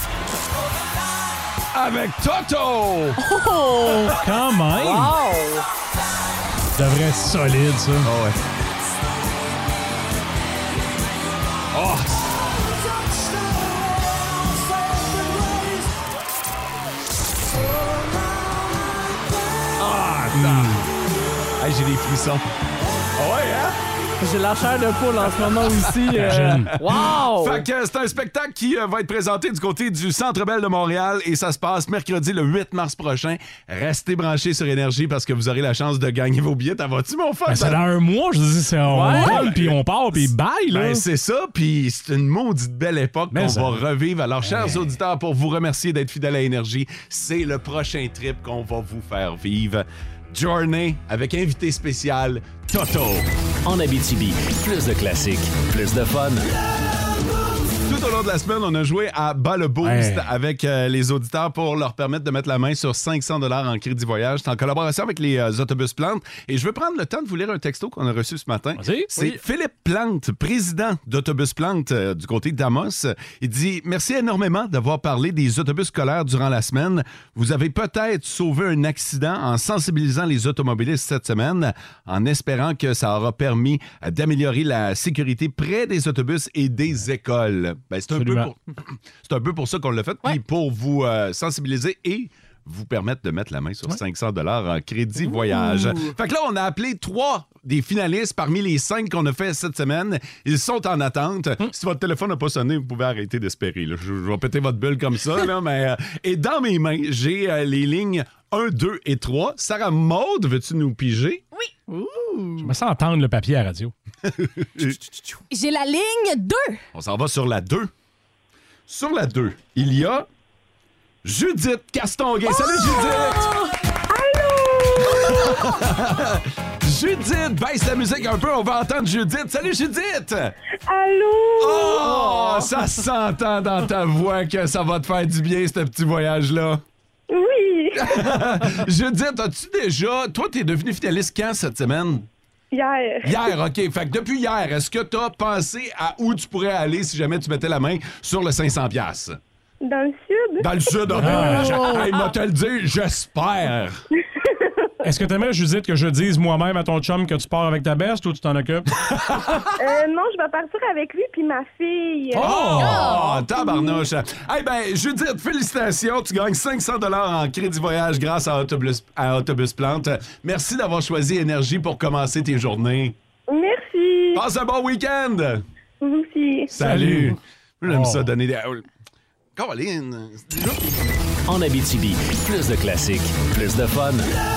Avec Toto! Oh! Quand même! Wow! Ça devrait être solide, ça. Oh, ouais. Oh! Ah, mm. Hey, j'ai des frissons. Ah ouais, hein? J'ai la chair de poule en ce moment aussi. Euh... Wow! Fait que c'est un spectacle qui euh, va être présenté du côté du Centre Bell de Montréal et ça se passe mercredi le huit mars prochain. Restez branchés sur Énergie parce que vous aurez la chance de gagner vos billets. T'en vas-tu, mon frère? Ben, c'est dans un mois, je dis, c'est on Ouais. vole, puis on part, puis bye, là. Ben, c'est ça, puis c'est une maudite belle époque Mais qu'on ça- va revivre. Alors, chers auditeurs, pour vous remercier d'être fidèles à Énergie, c'est le prochain trip qu'on va vous faire vivre. Journey avec invité spécial Toto. En Abitibi, plus de classiques, plus de fun. Tout au long de la semaine, on a joué à Bas le Boost Ouais. avec euh, les auditeurs pour leur permettre de mettre la main sur cinq cents dollars en crédit voyage. C'est en collaboration avec les euh, autobus Plante. Et je veux prendre le temps de vous lire un texto qu'on a reçu ce matin. Vas-y. C'est Oui. Philippe Plante, président d'Autobus Plante euh, du côté d'Amos. Il dit « Merci énormément d'avoir parlé des autobus scolaires durant la semaine. Vous avez peut-être sauvé un accident en sensibilisant les automobilistes cette semaine, en espérant que ça aura permis euh, d'améliorer la sécurité près des autobus et des écoles. » Ben, c'est un peu Absolument. pour, c'est un peu pour ça qu'on l'a fait, puis pour vous euh, sensibiliser et vous permettre de mettre la main sur cinq cents dollars en crédit voyage. Fait que là, on a appelé trois des finalistes parmi les cinq qu'on a fait cette semaine. Ils sont en attente. Si votre téléphone n'a pas sonné, vous pouvez arrêter d'espérer. là. Je, je vais péter votre bulle comme ça. Là, mais, euh, et dans mes mains, j'ai euh, les lignes un, deux et trois. Sarah Maud, veux-tu nous piger? Je me sens entendre le papier à la radio. J'ai la ligne deux. On s'en va sur la deux. Sur la deux, il y a Judith Castonguay. Salut, Judith! Allô! Judith, baisse la musique un peu, on va entendre Judith. Salut, Judith! Allô? Oh! Ça s'entend dans ta voix que ça va te faire du bien, ce petit voyage-là. Oui! Judith, as-tu déjà... Toi, t'es devenue finaliste quand cette semaine? Hier. Hier, OK. Fait que depuis hier, est-ce que t'as pensé à où tu pourrais aller si jamais tu mettais la main sur le cinq cents piastres? Dans le sud? Dans le sud, OK. Ah. Hey, m'a te le dire, j'espère. Est-ce que t'aimerais, Judith, que je dise moi-même à ton chum que tu pars avec ta beste ou tu t'en occupes? Euh, non, je vais partir avec lui puis ma fille. Oh! Tabarnouche! Eh ben, Judith, félicitations. Tu gagnes cinq cents dollars en crédit voyage grâce à Autobus, à Autobus Plante. Merci d'avoir choisi Énergie pour commencer tes journées. Merci. Passe un bon week-end! Vous aussi. Salut! J'aime Oh. ça, donner des... Caroline! En Abitibi, plus de classiques, plus de fun.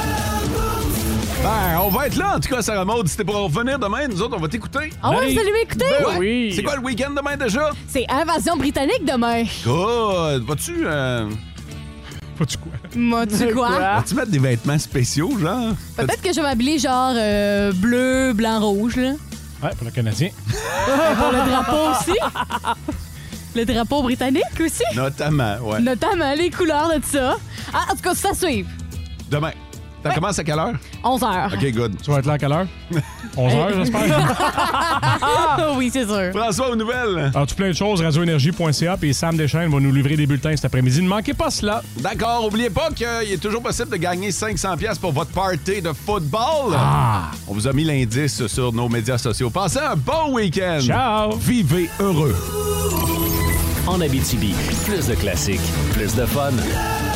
Ben, on va être là, en tout cas, Sarah Maud. Si t'es pour revenir demain, nous autres, on va t'écouter. Ah ouais, vous allez m'écouter? Ouais. Oui. C'est quoi le week-end demain déjà? C'est Invasion britannique demain. Good! Vas-tu... Euh... Faut-tu quoi? M'as-tu quoi? Vas-tu mettre des vêtements spéciaux, genre? Peut-être que je vais m'habiller genre euh, bleu, blanc, rouge, là. Ouais, pour le Canadien. Et pour le drapeau aussi. Le drapeau britannique aussi. Notamment, ouais. Notamment les couleurs de ça. Ah, en tout cas, ça suivre. Demain. Ça commence à quelle heure? onze heures. OK, good. Tu vas être là à quelle heure? onze heures, j'espère. Oui, c'est sûr. François, aux nouvelles? Alors, tout plein de choses, radio énergie point c a puis Sam Deschênes va nous livrer des bulletins cet après-midi. Ne manquez pas cela. D'accord, oubliez pas qu'il est toujours possible de gagner cinq cents piastres pour votre party de football. Ah! On vous a mis l'indice sur nos médias sociaux. Passez un bon week-end. Ciao! Vivez heureux. En Abitibi, plus de classiques, plus de fun.